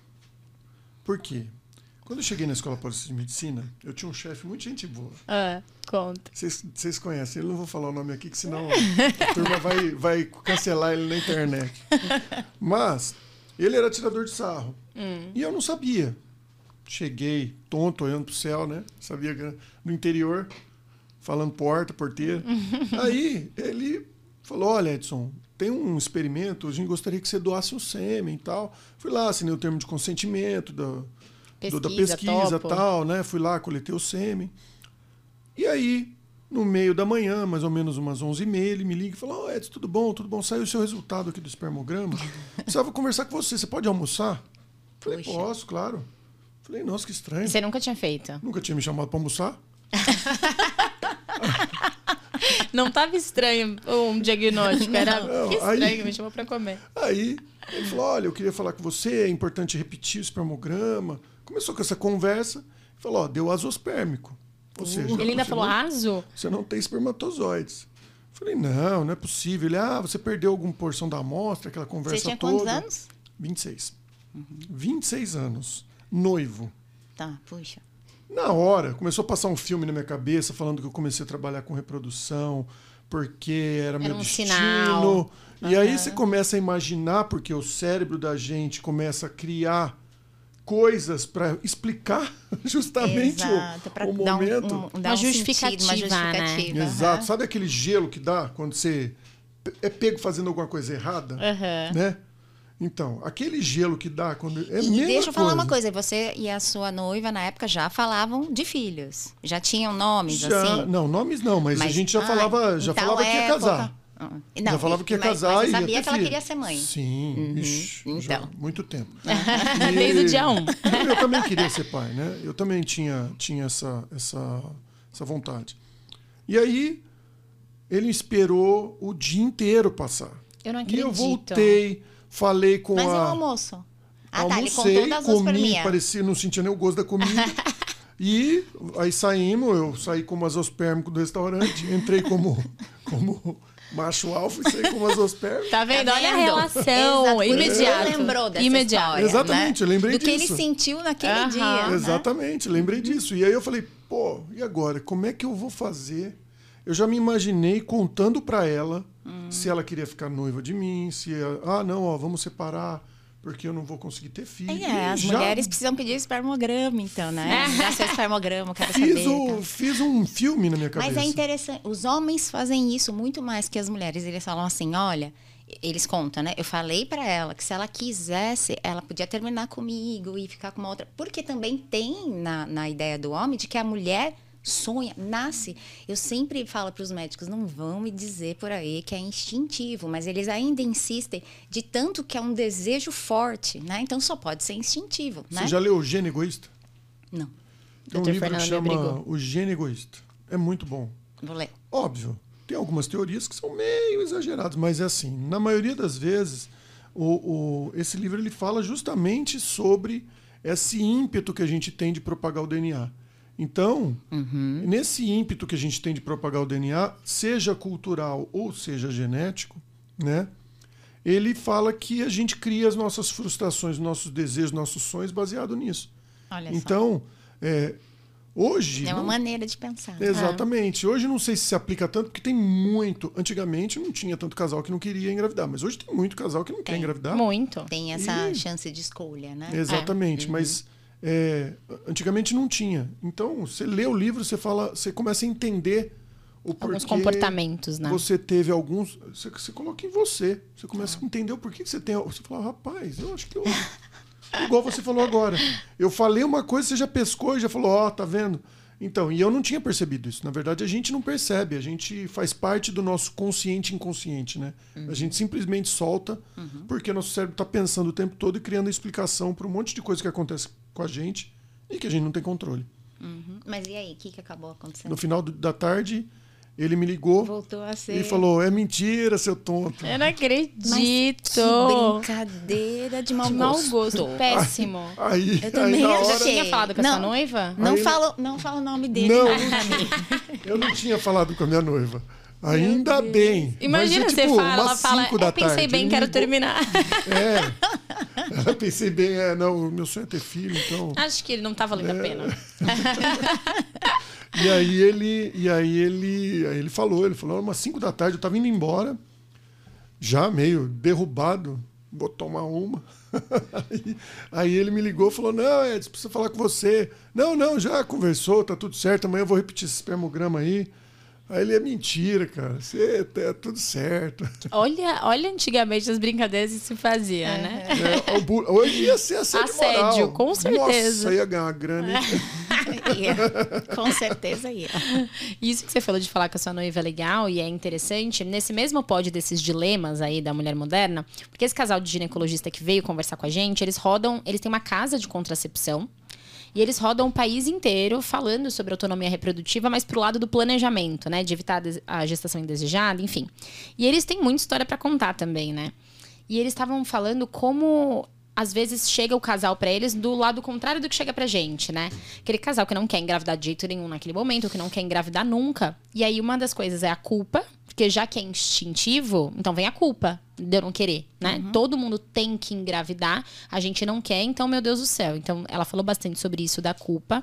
Por quê? Quando eu cheguei na Escola Paulista de Medicina, eu tinha um chefe muito gente boa. Ah, conta. Vocês conhecem, eu não vou falar o nome aqui, que senão a turma vai, vai cancelar ele na internet. Mas ele era tirador de sarro. Hum. E eu não sabia. Cheguei tonto, olhando pro céu, né? Sabia que no interior, falando porta, porteira. Aí ele falou, olha, Edson, tem um experimento, a gente gostaria que você doasse um sêmen e tal. Fui lá, assinei o termo de consentimento da pesquisa, do, da pesquisa e tal, né? Fui lá, coletei o sêmen. E aí, no meio da manhã, mais ou menos umas onze e meia, ele me liga e fala, oh, Edson, tudo bom, tudo bom? Saiu o seu resultado aqui do espermograma. Precisava conversar com você, você pode almoçar? Falei, Puxa. Posso, claro. Falei, nossa, que estranho. Você nunca tinha feito? Nunca tinha me chamado para almoçar. Não estava estranho um diagnóstico, era não, que estranho, aí, me chamou para comer. Aí ele falou, olha, eu queria falar com você, é importante repetir o espermograma. Começou com essa conversa, falou, ó, deu azospérmico. Ou seja, ele ainda falou não, aso? Você não tem espermatozoides. Falei, não, não é possível. Ele, ah, você perdeu alguma porção da amostra, aquela conversa você tinha toda. Quantos anos? vinte e seis. Uhum. vinte e seis anos. Noivo. Tá, puxa. Na hora, começou a passar um filme na minha cabeça, falando que eu comecei a trabalhar com reprodução, porque era, Era meu um destino. sinal. E aí você começa a imaginar, porque o cérebro da gente começa a criar coisas para explicar justamente Exato, o, pra o dar um- momento. um- dar Uma um justificativa, sentido, uma né? justificativa. Exato. aham. Sabe aquele gelo que dá quando você é pego fazendo alguma coisa errada? Aham. Né? Então, aquele gelo que dá quando. É a E mesma deixa eu falar coisa. uma coisa, você e a sua noiva na época já falavam de filhos, já tinham nomes Já, assim? não, nomes não, mas, a gente já ah, falava, já em tal falava que ia época- casar. Ah, Não, já falava que ia mas- casar mas e você ia sabia ter que ela filho. queria ser mãe. Sim, ixi, já, então. muito tempo. Desde o dia um. Eu também queria ser pai, né? Eu também tinha, tinha essa, essa, essa vontade. E aí, ele esperou o dia inteiro passar. Eu não E acredito. eu voltei, falei com Mas e o a... almoço? Ah, tá, ele Almocei, contou das duas comi, perninhas. parecia, não sentia nem o gosto da comida. E aí saímos, eu saí como azospérmico do restaurante, entrei como, como macho alfa e saí como azospérmico. Tá vendo? Tá Olha a vendo? relação Exato, por isso que imediata. ele lembrou dessa Imediata. história, Exatamente, né? eu lembrei Do que disso. ele sentiu naquele Aham. dia. né? Exatamente, lembrei disso. E aí eu falei, pô, e agora? Como é que eu vou fazer? Eu já me imaginei contando pra ela Hum. se ela queria ficar noiva de mim, se ela, ah, não, ó, vamos separar, porque eu não vou conseguir ter filho. É, E as já mulheres precisam pedir espermograma, então, né? Já seu espermograma, quero fiz, saber. o, tá? fiz um filme na minha cabeça. Mas é interessante, os homens fazem isso muito mais que as mulheres. Eles falam assim, olha, eles contam, né? Eu falei pra ela que se ela quisesse, ela podia terminar comigo e ficar com uma outra. Porque também tem na, na ideia do homem de que a mulher sonha, nasce. Eu sempre falo para os médicos, não vão me dizer por aí que é instintivo, mas eles ainda insistem de tanto que é um desejo forte, né? Então só pode ser instintivo, Você né? já leu O Gênio Egoísta? Não, Tem um doutor livro que Fernando chama Abrigou. O Gênio Egoísta. É muito bom. vou ler. Óbvio, tem algumas teorias que são meio exageradas, mas é assim, na maioria das vezes, o, o, esse livro ele fala justamente sobre esse ímpeto que a gente tem de propagar o D N A. Então, Uhum. nesse ímpeto que a gente tem de propagar o D N A, seja cultural ou seja genético, né? Ele fala que a gente cria as nossas frustrações, nossos desejos, nossos sonhos baseado nisso. Olha Então, é, hoje... só. É uma não- maneira de pensar. né? Exatamente. Hoje não sei se se aplica tanto, porque tem muito... Antigamente não tinha tanto casal que não queria engravidar, mas hoje tem muito casal que não quer Tem. engravidar. Muito. Tem essa E- chance de escolha, né? Exatamente, Uhum. mas é, antigamente não tinha. Então, você lê o livro, você fala, você começa a entender o porquê Alguns comportamentos, né? você teve alguns. Você, você coloca em você. Você começa Ah. a entender o porquê que você tem. Você fala, rapaz, eu acho que eu. Igual você falou agora. Eu falei uma coisa, você já pescou e já falou, ó, tá vendo? Então, e eu não tinha percebido isso. Na verdade, a gente não percebe. A gente faz parte do nosso consciente e inconsciente, né? Uhum. A gente simplesmente solta porque nosso cérebro está pensando o tempo todo e criando explicação para um monte de coisa que acontece com a gente e que a gente não tem controle. Uhum. Mas e aí, o que, que acabou acontecendo? No final do- da tarde, ele me ligou Voltou a ser... e falou, é mentira, seu tonto. Eu não Mas acredito. que brincadeira de mau De mau gosto. gosto. Péssimo. Aí, Eu aí também na achei. Já hora, tinha falado com a Não. sua noiva? Não Aí- fala, não fala o nome dele. Não, né? não tinha. Eu não tinha falado com a minha noiva. Ainda bem. Imagina, Mas é, você tipo, fala, ela umas fala, cinco da eu pensei tarde. bem, Ele quero ligou- terminar. É. Eu pensei bem, é, não, o meu sonho é ter filho, então. Acho que ele não tá valendo a pena. E aí ele, e aí ele, aí ele falou, ele falou, umas cinco da tarde, eu tava indo embora, já meio derrubado, vou tomar uma. Aí, aí ele me ligou e falou, não, Edson, precisa falar com você. Não, não, já conversou, tá tudo certo, amanhã eu vou repetir esse espermograma aí. Aí ele é mentira, cara. Você tá tudo certo. Olha, olha antigamente as brincadeiras que se fazia, né? É, o bu- hoje ia ser assédio, Assédio, moral. com certeza. Nossa, ia ganhar uma grana. hein? Ia. Com certeza ia. Isso que você falou de falar com a sua noiva é legal e é interessante. Nesse mesmo pod desses dilemas aí da mulher moderna, porque esse casal de ginecologista que veio conversar com a gente, eles rodam, eles têm uma casa de contracepção. E eles rodam o país inteiro falando sobre autonomia reprodutiva, mas pro lado do planejamento, né? De evitar a des- a gestação indesejada, enfim. E eles têm muita história para contar também, né? E eles estavam falando como às vezes chega o casal pra eles do lado contrário do que chega pra gente, né? Aquele casal que não quer engravidar de jeito nenhum naquele momento, que não quer engravidar nunca. E aí uma das coisas é a culpa, porque já que é instintivo, então vem a culpa de eu não querer, né? Todo mundo tem que engravidar, a gente não quer, então, meu Deus do céu. Então, ela falou bastante sobre isso da culpa.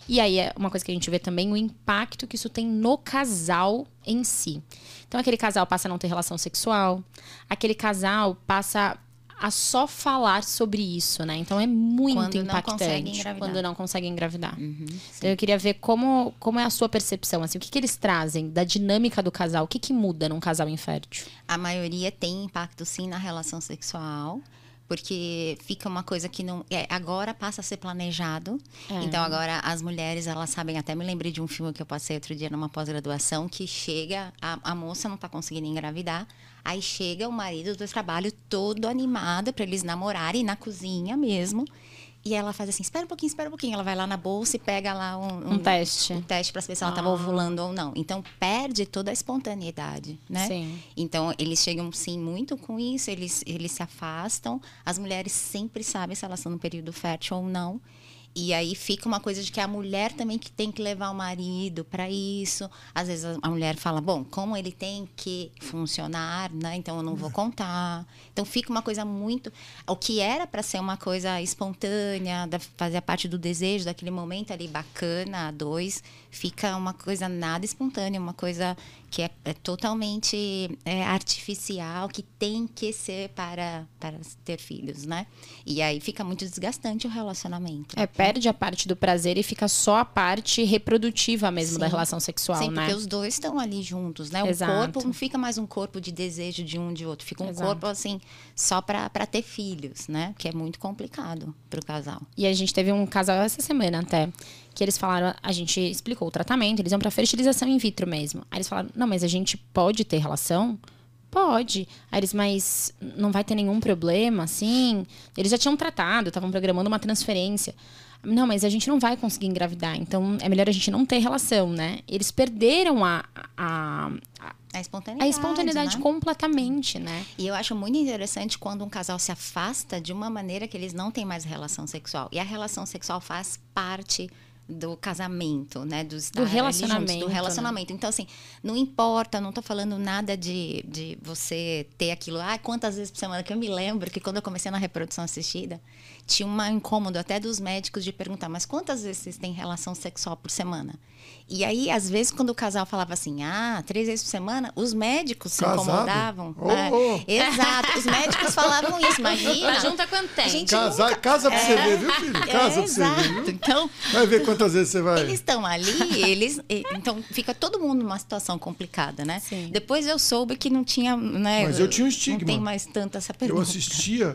E aí é uma coisa que a gente vê também, o impacto que isso tem no casal em si. Então aquele casal passa a não ter relação sexual, aquele casal passa a só falar sobre isso, né? Então é muito Quando não impactante conseguem engravidar. quando não conseguem engravidar. Uhum, Então eu queria ver como, como é a sua percepção, assim, o que, que eles trazem da dinâmica do casal, o que, que muda num casal infértil? A maioria tem impacto, sim, na relação sexual. Porque fica uma coisa que não... É, agora passa a ser planejado. É. Então, agora as mulheres, elas sabem... Até me lembrei de um filme que eu passei outro dia numa pós-graduação, que chega... A, a moça não está conseguindo engravidar. Aí chega o marido do trabalho todo animado para eles namorarem na cozinha mesmo. E ela faz assim, espera um pouquinho, espera um pouquinho. Ela vai lá na bolsa e pega lá um... Um, um teste. Um teste para saber se ela estava Ah. ovulando ou não. Então, perde toda a espontaneidade, né? Sim. Então, eles chegam, sim, muito com isso. Eles, eles se afastam. As mulheres sempre sabem se elas estão no período fértil ou não. E aí fica uma coisa de que a mulher também que tem que levar o marido para isso. Às vezes a mulher fala, bom, como ele tem que funcionar, né? Então eu não vou contar. Então fica uma coisa muito... O que era para ser uma coisa espontânea, da, fazer parte do desejo daquele momento ali bacana, a dois, fica uma coisa nada espontânea, uma coisa que é, é totalmente é, artificial, que tem que ser para, para ter filhos, né? E aí fica muito desgastante o relacionamento. É, perde a parte do prazer e fica só a parte reprodutiva mesmo Sim. da relação sexual, Sim, né? porque os dois estão ali juntos, né? O Exato. corpo não fica mais um corpo de desejo de um de outro, fica um Exato. corpo assim só para ter filhos, né? Que é muito complicado para o casal. E a gente teve um casal essa semana até, que eles falaram, a gente explicou o tratamento, eles iam pra fertilização in vitro mesmo. Aí eles falaram, não, mas a gente pode ter relação? Pode. Aí eles, mas não vai ter nenhum problema, assim? Eles já tinham tratado, estavam programando uma transferência. Não, mas a gente não vai conseguir engravidar, então é melhor a gente não ter relação, né? Eles perderam a, a, a, A espontaneidade, a espontaneidade né? completamente, né? E eu acho muito interessante quando um casal se afasta de uma maneira que eles não têm mais relação sexual. E a relação sexual faz parte do casamento, né? Do, estar ali relacionamento, juntos, do relacionamento. Então, assim, não importa, não tô falando nada de, de você ter aquilo. Ah, quantas vezes por semana? Que eu me lembro que quando eu comecei na reprodução assistida, tinha um incômodo até dos médicos de perguntar, mas quantas vezes vocês têm relação sexual por semana? E aí, às vezes, quando o casal falava assim, ah, três vezes por semana, os médicos se Casado? incomodavam. Oh, É, oh. Exato, os médicos falavam isso, imagina. Mas junta quanto tem? A gente Casa, nunca- casa pra você É. ver, viu, filho? Casa É, pra você ver, exato. viu? Então, Vai ver quantas vezes você vai. eles estão ali, eles. e- Então, fica todo mundo numa situação complicada, né? Sim. Depois eu soube que não tinha. Né, Mas eu tinha um estigma. Não tem mais tanto essa Eu pergunta. assistia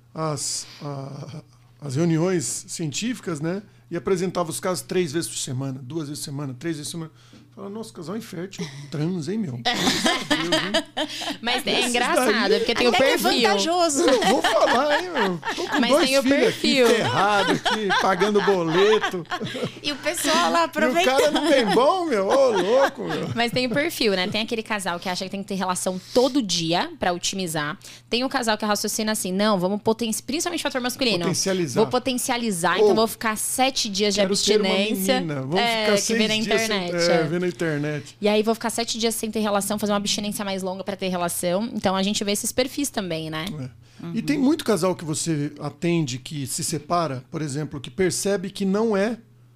às, a- às reuniões científicas, né? E apresentava os casos três vezes por semana, duas vezes por semana, três vezes por semana. Falava, nossa, casal infértil, trans, hein, meu? Pelo amor de Deus, hein? Mas é Esses engraçado, daí- porque tem o Até que é perfil. vantajoso. Eu vou falar, hein, meu? Tô com Mas dois tem o filhos perfil. aqui, ferrado aqui, pagando boleto. E o pessoal lá E o aproveitando. cara não tem bom, meu? Ô, louco, meu. Mas tem o perfil, né? Tem aquele casal que acha que tem que ter relação todo dia pra otimizar. Tem o casal que raciocina assim, não, vamos potencializar, principalmente fator masculino. Potencializar. Vou potencializar, Ou, então vou ficar sete dias de Quero ter uma abstinência. menina. Vamos é, ficar que seis vê na dias internet. sem... É, é. vê na internet. E aí vou ficar sete dias sem ter relação, fazer uma abstinência mais longa pra ter relação. Então a gente vê esses perfis também, né? É. E tem muito casal que você atende que se separa, por exemplo, que percebe que não é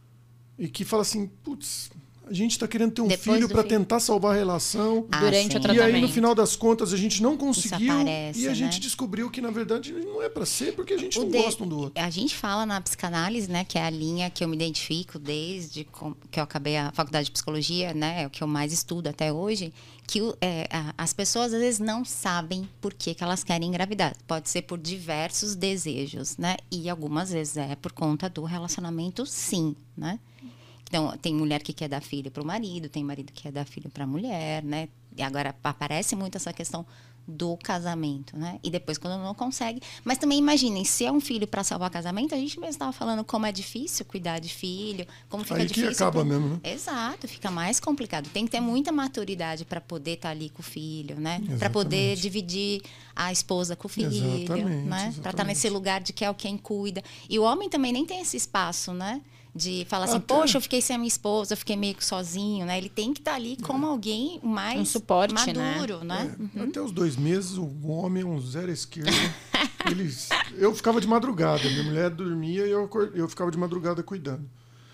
e que fala assim, putz, a gente está querendo ter um Depois filho do para filho. tentar salvar a relação. Ah, Durante sim. o E tratamento. aí, no final das contas, a gente não conseguiu. aparece, e a gente né? descobriu que, na verdade, não é para ser, porque a gente O não de- gosta um do outro. A gente fala na psicanálise, né, que é a linha que eu me identifico desde com- que eu acabei a faculdade de psicologia, né, é o que eu mais estudo até hoje, que o- é, a- as pessoas às vezes não sabem por que, que elas querem engravidar. Pode ser por diversos desejos, né, e algumas vezes é por conta do relacionamento, sim, né. Então, tem mulher que quer dar filho para o marido, tem marido que quer dar filho para a mulher, né? E agora aparece muito essa questão do casamento, né? E depois quando não consegue. Mas também imaginem, se é um filho para salvar casamento, a gente mesmo estava falando como é difícil cuidar de filho, como fica Aí que difícil. acaba pro- mesmo, né? Exato, fica mais complicado. Tem que ter muita maturidade para poder estar ali com o filho, né? Para poder Exatamente. dividir a esposa com o filho, Exatamente, né? Para estar exatamente. nesse lugar de que é o quem cuida. E o homem também nem tem esse espaço, né? De falar assim, Até- poxa, eu fiquei sem a minha esposa, eu fiquei meio que sozinho, né? Ele tem que estar ali como alguém mais Um suporte, maduro, né? É, Até os dois meses, o homem é um zero à esquerda. Eles, eu ficava de madrugada, minha mulher dormia e eu, acor- eu ficava de madrugada cuidando.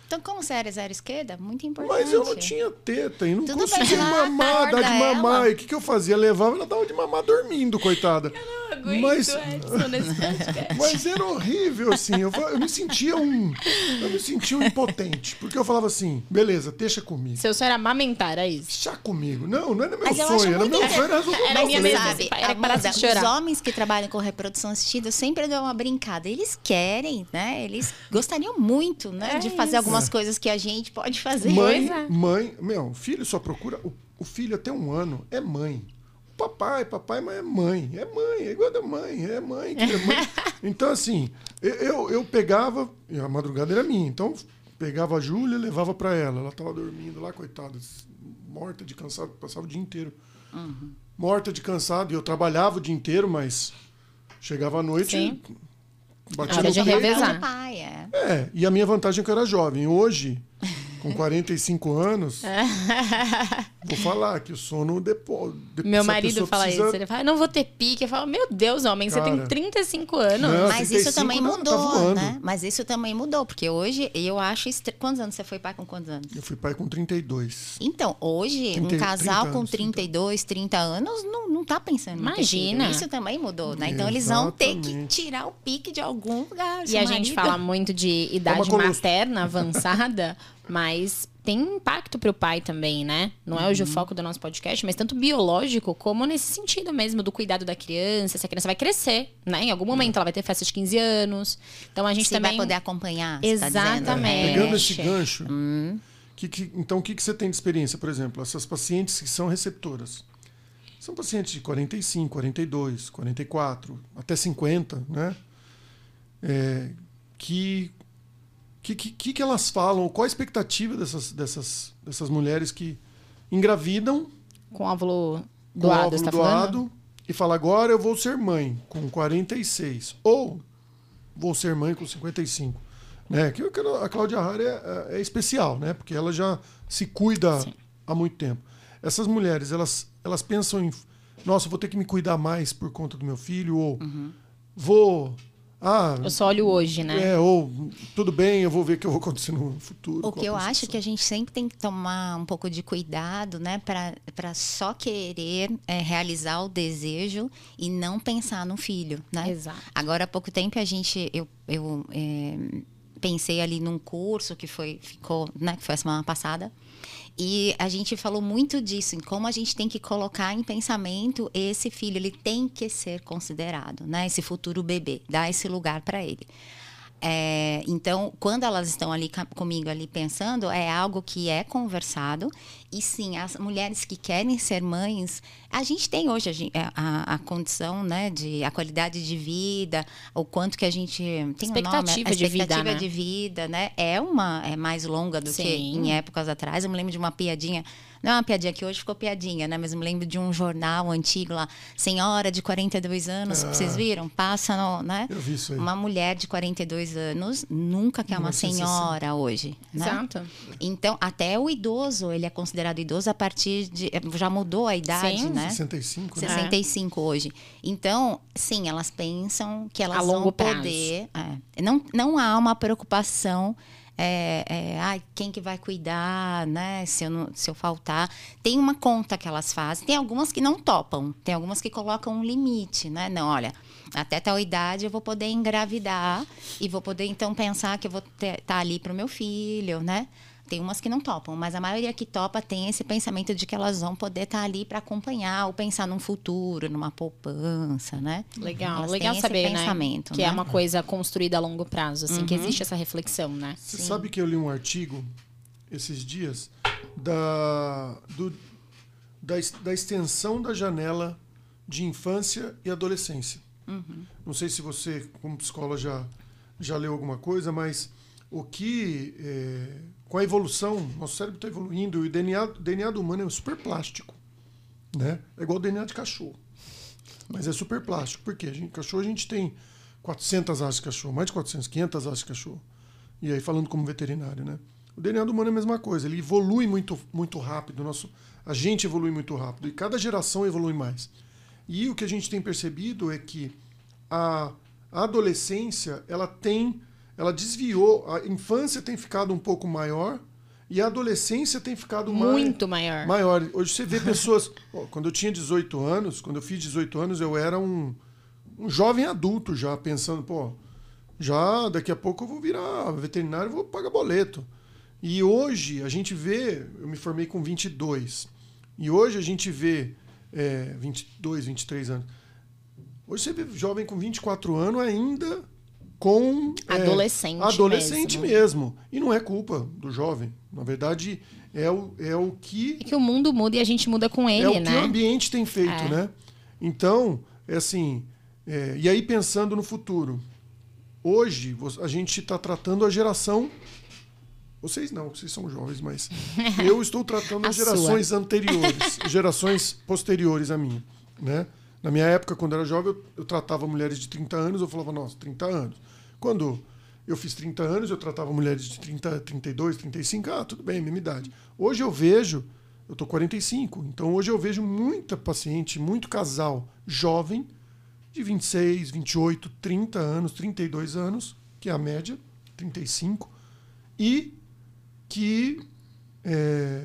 Então, como você era zero esquerda, muito importante. Mas eu não tinha teta e não Tudo conseguia bem, ela mamar, dar de acorda mamar. ela. E o que, que eu fazia? Levava, ela dava de mamar dormindo, coitada. Eu não aguento, Mas- Edson, nesse podcast. Mas era horrível, assim. Eu, fa- eu me sentia um. Eu me sentia um impotente. Porque eu falava assim, beleza, deixa comigo. Seu sonho era amamentar, era isso? Deixa comigo. Não, não era meu Mas eu acho sonho. Era muito meu inter- sonho, era resolver Era o minha problema. mesma. Sabe, Era que parasse Amanda, de chorar. os homens que trabalham com reprodução assistida, eu sempre dou uma brincada. Eles querem, né? Eles gostariam muito, né? É de fazer isso. algumas coisas que a gente pode fazer. Mãe, Pois é. mãe, meu, filho só procura. O, o filho até um ano é mãe. O papai, papai, mas é mãe. É mãe, é igual da mãe, é mãe. que é mãe. Então, assim, eu, eu, eu pegava, e a madrugada era minha, então pegava a Júlia e levava pra ela. Ela tava dormindo lá, coitada, morta de cansado, passava o dia inteiro. Uhum. Morta de cansado, e eu trabalhava o dia inteiro, mas chegava à noite. Sim. Batia Hora no de peito. revezar. Do pai, é. É, e a minha vantagem é que eu era jovem. Hoje, com quarenta e cinco anos, vou falar que o sono depois. Meu marido fala isso. Ele fala, não vou ter pique. Eu falo, meu Deus, homem, você tem Cara. trinta e cinco anos. Não. Mas trinta e isso cinco também não, tá mudou, voando. né? Mas isso também mudou, porque hoje eu acho... Estre... Quantos anos você foi pai com quantos anos? Eu fui pai com trinta e dois. Então, hoje, trinta, um casal trinta com anos, trinta e dois, trinta anos não, não tá pensando em ter Imagina. filho. Isso também mudou, né? Então, eles vão ter que Exatamente. tirar o pique de algum lugar. E seu a gente marido- fala muito de idade colostra. materna avançada, mas tem impacto pro pai também, né? Não é hoje o foco do nosso podcast, mas tanto biológico como nesse sentido mesmo do cuidado da criança. Essa criança vai crescer, né? Em algum momento ela vai ter festa de quinze anos. Então a gente Se também vai poder acompanhar, você tá dizendo? Exatamente. Pegando esse gancho, Hum. que, que- então o que, que você tem de experiência, por exemplo? Essas pacientes que são receptoras. São pacientes de quarenta e cinco, quarenta e dois, quarenta e quatro, até cinquenta, né? É, que, que, que, que elas falam? Qual a expectativa dessas, dessas, dessas mulheres que engravidam com óvulo com doado, óvulo você tá falando? doado e fala, agora eu vou ser mãe com quarenta e seis. Ou vou ser mãe com cinquenta e cinco. Né? Que eu quero- a Cláudia Hara é, é especial, né? Porque ela já se cuida Sim. há muito tempo. Essas mulheres, elas, elas pensam em, nossa, eu vou ter que me cuidar mais por conta do meu filho, ou vou... Ah, Eu só olho hoje, né? é, ou tudo bem, eu vou ver o que vai acontecer no futuro. O com que a eu acho concepção. que a gente sempre tem que tomar um pouco de cuidado, né? Para só querer é, realizar o desejo e não pensar no filho, né? Exato. Agora, há pouco tempo, a gente... Eu, eu é, pensei ali num curso que foi, ficou, né? Que foi a semana passada. E a gente falou muito disso, em como a gente tem que colocar em pensamento esse filho, ele tem que ser considerado, né? Esse futuro bebê, dar esse lugar para ele. É, então, quando elas estão ali ca- comigo ali pensando, é algo que é conversado. E sim, as mulheres que querem ser mães, a gente tem hoje a, gen- a- a condição, né, de a qualidade de vida, o quanto que a gente tem um nome, Expectativa a de vida, expectativa né? de vida, né? É uma é mais longa do que Sim. em épocas atrás. Eu me lembro de uma piadinha, não é uma piadinha que hoje ficou piadinha, né? Mas eu me lembro de um jornal antigo lá, senhora de quarenta e dois anos, Ah. vocês viram? Passa no, né? Eu vi isso aí. Uma mulher de quarenta e dois anos nunca quer Não uma vai ser senhora hoje, né? Exato. Então, até o idoso, ele é considerado idoso a partir de... Já mudou a idade, Sim. né? sessenta e cinco, né? sessenta e cinco hoje. Então, sim, elas pensam que elas A longo vão prazo. poder... é. Não, não há uma preocupação... É, é, ai, quem que vai cuidar, né? Se eu, não, se eu faltar. Tem uma conta que elas fazem. Tem algumas que não topam. Tem algumas que colocam um limite, né? Não, olha, até tal idade eu vou poder engravidar e vou poder, então, pensar que eu vou estar ali para o meu filho, né? Tem umas que não topam, mas a maioria que topa tem esse pensamento de que elas vão poder estar ali para acompanhar ou pensar num futuro, numa poupança, né? Legal, Elas legal têm saber, esse né? pensamento, Que né? é uma coisa construída a longo prazo, assim, que existe essa reflexão, né? Você sabe que eu li um artigo esses dias da, do, da, es- da extensão da janela de infância e adolescência. Não sei se você, como psicóloga, já, já leu alguma coisa, mas o que, é, com a evolução, nosso cérebro está evoluindo e o D N A, D N A do humano é super plástico. Né? É igual o D N A de cachorro. Mas é super plástico. Por quê? A gente, cachorro, a gente tem quatrocentas asas de cachorro, mais de quatrocentas, quinhentas asas de cachorro. E aí, falando como veterinário, né? O D N A do humano é a mesma coisa. Ele evolui muito, muito rápido. Nosso, a gente evolui muito rápido. E cada geração evolui mais. E o que a gente tem percebido é que a, a adolescência, ela tem ela desviou. A infância tem ficado um pouco maior e a adolescência tem ficado muito mai, maior. maior. Hoje você vê pessoas... Ó, quando eu tinha dezoito anos, quando eu fiz dezoito anos, eu era um, um jovem adulto já, pensando, pô, já daqui a pouco eu vou virar veterinário e vou pagar boleto. E hoje a gente vê... Eu me formei com vinte e dois. E hoje a gente vê... É, vinte e dois, vinte e três anos. Hoje você vê jovem com vinte e quatro anos ainda com... Adolescente, é, adolescente mesmo. mesmo. E não é culpa do jovem. Na verdade, é o, é o que... É que o mundo muda e a gente muda com ele, é o né? que o ambiente tem feito, É. né? Então, é assim... É, e aí, pensando no futuro. Hoje, a gente está tratando a geração... Vocês não, vocês são jovens, mas eu estou tratando as gerações anteriores, gerações posteriores à minha, né? Na minha época, quando eu era jovem, eu, eu tratava mulheres de trinta anos, eu falava, nossa, trinta anos. Quando eu fiz trinta anos, eu tratava mulheres de trinta, trinta e dois, trinta e cinco, ah, tudo bem, mesma idade. Hoje eu vejo, eu tô quarenta e cinco, então hoje eu vejo muita paciente, muito casal jovem, de vinte e seis, vinte e oito, trinta anos, trinta e dois anos, que é a média, trinta e cinco, e que é,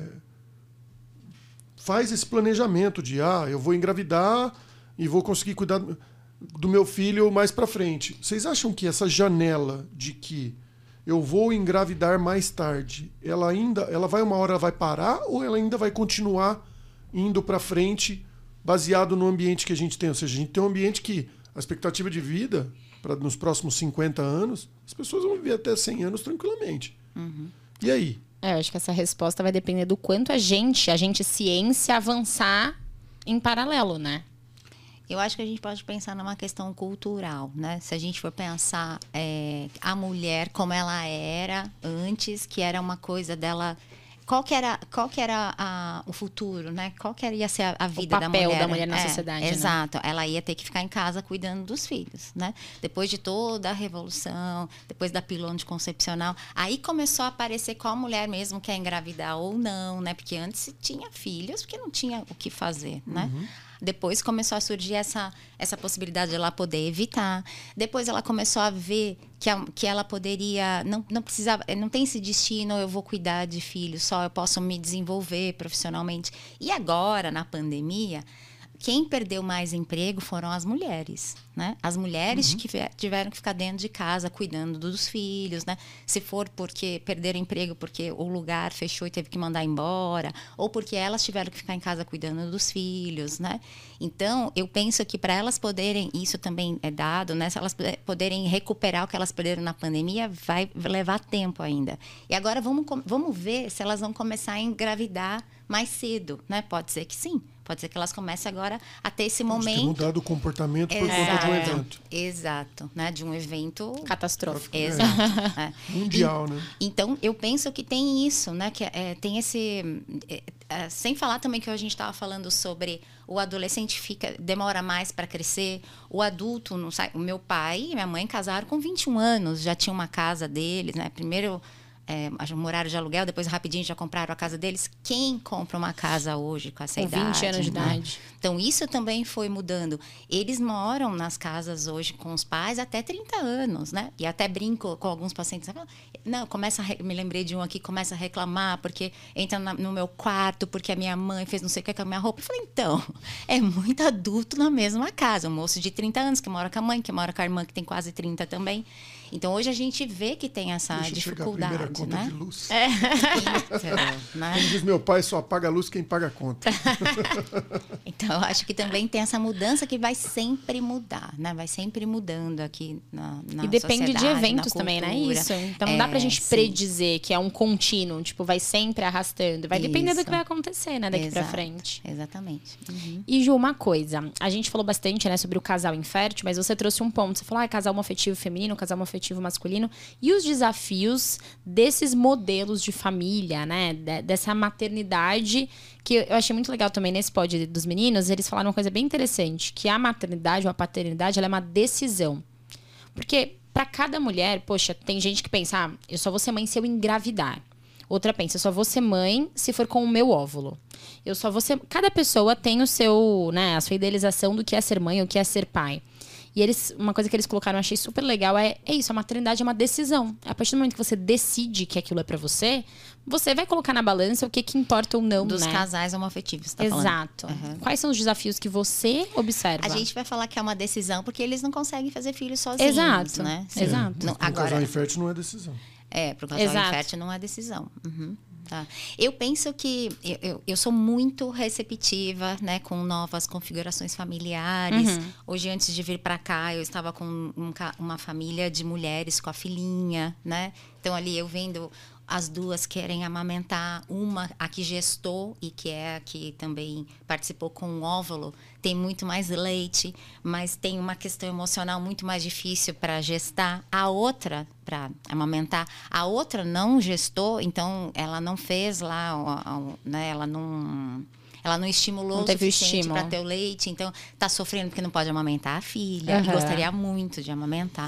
faz esse planejamento de, ah, eu vou engravidar e vou conseguir cuidar do meu filho mais para frente. Vocês acham que essa janela de que eu vou engravidar mais tarde, ela ainda, ela vai uma hora ela vai parar ou ela ainda vai continuar indo para frente baseado no ambiente que a gente tem? Ou seja, a gente tem um ambiente que a expectativa de vida para nos próximos cinquenta anos, as pessoas vão viver até cem anos tranquilamente. Uhum. E aí? É, eu acho que essa resposta vai depender do quanto a gente, a gente ciência, avançar em paralelo, né? Eu acho que a gente pode pensar numa questão cultural, né? Se a gente for pensar é, a mulher como ela era antes, que era uma coisa dela... Qual que era, qual que era a, o futuro, né? Qual que ia ser a, a vida da mulher? O papel da mulher na é, sociedade, exato. né? Ela ia ter que ficar em casa cuidando dos filhos, né? Depois de toda a revolução, depois da pílula anticoncepcional, aí começou a aparecer qual mulher mesmo quer engravidar ou não, né? Porque antes tinha filhos, porque não tinha o que fazer, né? Uhum. Depois começou a surgir essa, essa possibilidade de ela poder evitar. Depois ela começou a ver que, a, que ela poderia... Não, não precisava... Não tem esse destino, eu vou cuidar de filhos só, eu posso me desenvolver profissionalmente. E agora, na pandemia... Quem perdeu mais emprego foram as mulheres, né? As mulheres uhum. que tiveram que ficar dentro de casa cuidando dos filhos, né? Se for porque perderam emprego porque o lugar fechou e teve que mandar embora, ou porque elas tiveram que ficar em casa cuidando dos filhos, né? Então, eu penso que para elas poderem, isso também é dado, né? Se elas poderem recuperar o que elas perderam na pandemia, vai levar tempo ainda. E agora vamos, vamos ver se elas vão começar a engravidar mais cedo, né? Pode ser que sim. Pode ser que elas comecem agora a ter esse Pode momento... ter mudado o comportamento por Exato. conta de um evento. Exato, né? De um evento... catastrófico. Exato. É. Mundial, e, né? Então, eu penso que tem isso, né? Que é, tem esse... É, é, sem falar também que a gente estava falando sobre o adolescente fica, demora mais para crescer, o adulto não sai... O meu pai e minha mãe casaram com vinte e um anos, já tinha uma casa deles, né? Primeiro... É, moraram de aluguel, depois rapidinho já compraram a casa deles. Quem compra uma casa hoje com essa com idade? vinte anos de né? idade. Então, isso também foi mudando. Eles moram nas casas hoje com os pais até trinta anos, né? E até brinco com alguns pacientes. Não, começa a re... me lembrei de um aqui, começa a reclamar porque entra na, no meu quarto porque a minha mãe fez não sei o que com a minha roupa. Eu falei, então, é muito adulto na mesma casa. Um moço de trinta anos que mora com a mãe, que mora com a irmã que tem quase trinta também. Então, hoje a gente vê que tem essa Deixa dificuldade, chegar a primeira conta né? de luz. É. Então, né? Como diz meu pai, só paga a luz quem paga a conta. Então, eu acho que também tem essa mudança que vai sempre mudar, né? Vai sempre mudando aqui na, na E depende de eventos na também, né? cultura. Isso. Então, não é, dá pra gente sim. predizer que é um contínuo, tipo, vai sempre arrastando. Vai depender Isso. do que vai acontecer, né? Daqui Exato. pra frente. Exatamente. Uhum. E, Ju, uma coisa. A gente falou bastante, né, sobre o casal infértil, mas você trouxe um ponto. Você falou, ah, casal homoafetivo feminino, casal homoafetivo masculino. E os desafios desses modelos de família, né? Dessa maternidade, que eu achei muito legal também nesse pod dos meninos, eles falaram uma coisa bem interessante, que a maternidade ou a paternidade, ela é uma decisão. Porque para cada mulher, poxa, tem gente que pensa, ah, eu só vou ser mãe se eu engravidar. Outra pensa, eu só vou ser mãe se for com o meu óvulo. Eu só vou ser... Cada pessoa tem o seu, né, a sua idealização do que é ser mãe ou o que é ser pai. E eles, uma coisa que eles colocaram, eu achei super legal, é, é isso, a maternidade é uma decisão. A partir do momento que você decide que aquilo é pra você, você vai colocar na balança o que, que importa ou não, Dos né? casais homoafetivos, você tá falando. Exato. Uhum. Quais são os desafios que você observa? A gente vai falar que é uma decisão porque eles não conseguem fazer filhos sozinhos, Exato. né? Sim. Exato. Não, Para o agora, casal infértil não é decisão. É, para o casal Exato. infértil não é decisão. Uhum. Tá. Eu penso que eu, eu, eu sou muito receptiva, né, com novas configurações familiares. Uhum. Hoje, antes de vir para cá, eu estava com um, uma família de mulheres com a filhinha, né? Então, ali eu vendo as duas querem amamentar, uma a que gestou e que é a que também participou com o óvulo, tem muito mais leite, mas tem uma questão emocional muito mais difícil para gestar. A outra, para amamentar, a outra não gestou, então ela não fez lá, né, ela não... Ela não estimulou não o teve suficiente para ter o leite, então está sofrendo porque não pode amamentar a filha, uhum. e gostaria muito de amamentar.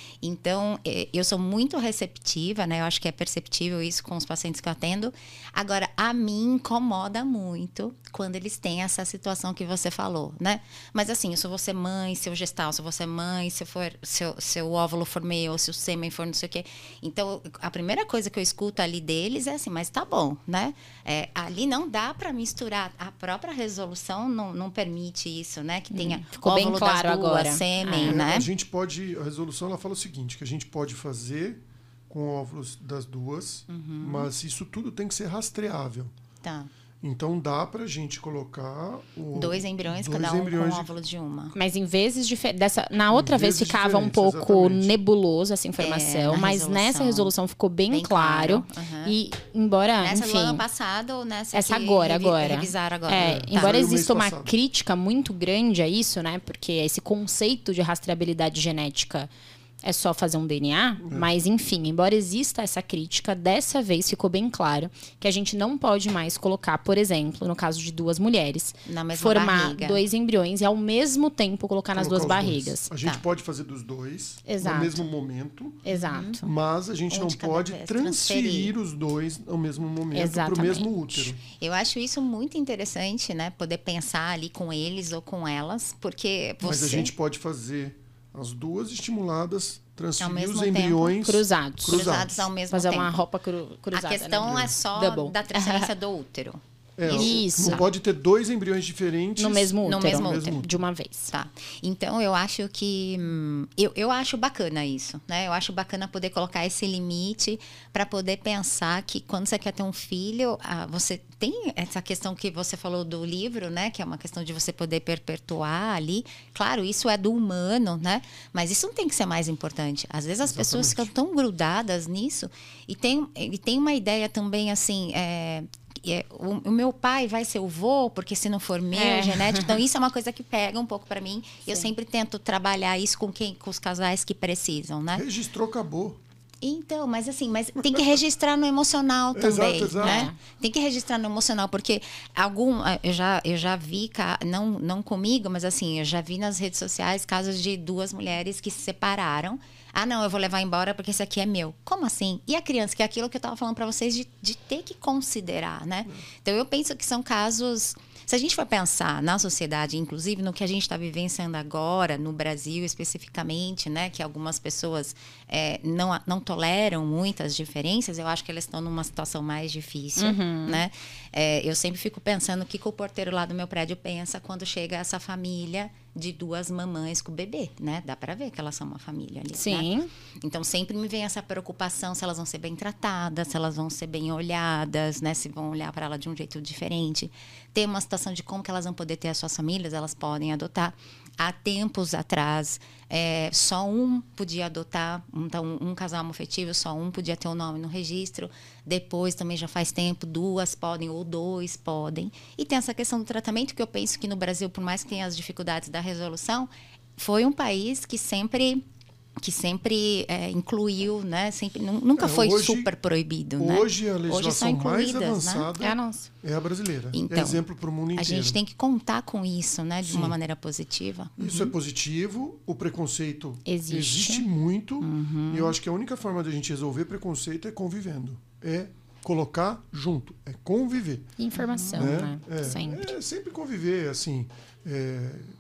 Então, eu sou muito receptiva, né? Eu acho que é perceptível isso com os pacientes que eu atendo. Agora, a mim incomoda muito quando eles têm essa situação que você falou, né? Mas assim, se eu vou ser mãe, se eu gestar, se eu vou ser mãe, se, eu for, se, eu, se o óvulo for meu, se o sêmen for não sei o quê. Então, a primeira coisa que eu escuto ali deles é assim, mas tá bom, né? É, ali não dá para misturar. A própria resolução não, não permite isso, né? Que tenha Ficou óvulo bem claro das duas, agora. sêmen, É, né? A gente pode... A resolução, ela fala o seguinte, que a gente pode fazer com óvulos das duas, uhum. mas isso tudo tem que ser rastreável. Tá. Então dá pra gente colocar o, dois embriões, dois cada um embriões com óvulo de... de uma. Mas em vezes diferentes. Na outra em vez vezes ficava um pouco exatamente. nebuloso essa informação, é, mas resolução. nessa resolução ficou bem, bem claro. claro. Uhum. E embora, nessa enfim, do ano passado ou nessa essa que agora, revi agora. revisaram agora? É, tá. embora Foi o exista mês uma passado. crítica muito grande a isso, né? Porque esse conceito de rastreabilidade genética é só fazer um D N A, é. mas enfim, embora exista essa crítica, dessa vez ficou bem claro que a gente não pode mais colocar, por exemplo, no caso de duas mulheres, Na mesma formar barriga. dois embriões e ao mesmo tempo colocar nas duas Colocar os barrigas. dois. A gente Tá. pode fazer dos dois Exato. no mesmo momento, Exato. mas a gente Um não de cada pode vez, transferir, transferir. os dois ao mesmo momento para o Exatamente. mesmo útero. Eu acho isso muito interessante, né? Poder pensar ali com eles ou com elas, porque você... Mas a gente pode fazer as duas estimuladas, transferir mesmo os tempo. embriões Cruzados. cruzados cruzados. ao mesmo Fazer tempo. uma roupa cru, cruzada. A questão né? é só Double. da transferência do útero. É, Isso. Não pode ter dois embriões diferentes No mesmo útero. No mesmo útero. De uma vez. Tá. Então, eu acho que... Hum, eu, eu acho bacana isso, né? Eu acho bacana poder colocar esse limite para poder pensar que quando você quer ter um filho, ah, você tem essa questão que você falou do livro, né? Que é uma questão de você poder perpetuar ali. Claro, isso é do humano, né? Mas isso não tem que ser mais importante. Às vezes as Exatamente. pessoas ficam tão grudadas nisso. E tem, e tem uma ideia também, assim... É, o, o meu pai vai ser o vô, porque se não for meu, É. genético. Então, isso é uma coisa que pega um pouco para mim. Sim. Eu sempre tento trabalhar isso com quem, com os casais que precisam, né? Registrou, acabou. Então, mas assim, mas tem que registrar no emocional também, Exato, exato. né? Tem que registrar no emocional, porque algum, eu já, eu já vi, não, não comigo, mas assim, eu já vi nas redes sociais casos de duas mulheres que se separaram. Ah, não, eu vou levar embora porque esse aqui é meu. Como assim? E a criança, que é aquilo que eu estava falando para vocês de, de ter que considerar, né? Então, eu penso que são casos... Se a gente for pensar na sociedade, inclusive no que a gente está vivenciando agora, no Brasil especificamente, né, que algumas pessoas é, não, não toleram muitas diferenças, eu acho que elas estão numa situação mais difícil, Uhum. né? É, eu sempre fico pensando o que, que o porteiro lá do meu prédio pensa quando chega essa família de duas mamães com o bebê, né? Dá para ver que elas são uma família ali, Sim. né? Então, sempre me vem essa preocupação se elas vão ser bem tratadas, se elas vão ser bem olhadas, né? Se vão olhar para ela de um jeito diferente. Tem uma situação de como que elas vão poder ter as suas famílias, elas podem adotar. Há tempos atrás, é, só um podia adotar, então um casal homoafetivo, só um podia ter o nome no registro. Depois, também já faz tempo, duas podem ou dois podem. E tem essa questão do tratamento, que eu penso que no Brasil, por mais que tenha as dificuldades da resolução, foi um país que sempre... que sempre é, incluiu, né? Sempre, nunca É, foi hoje- super proibido, né? Hoje a Hoje legislação são mais incluídas, avançada É a nossa. é a brasileira. Então, é exemplo para o mundo A inteiro. gente tem que contar com isso, né? De Sim. uma maneira positiva. Isso é positivo, o preconceito Existe. existe muito, e eu acho que a única forma de a gente resolver preconceito é convivendo. É colocar junto, é conviver. Informação, né? né? É, Sempre. é sempre conviver, assim. é,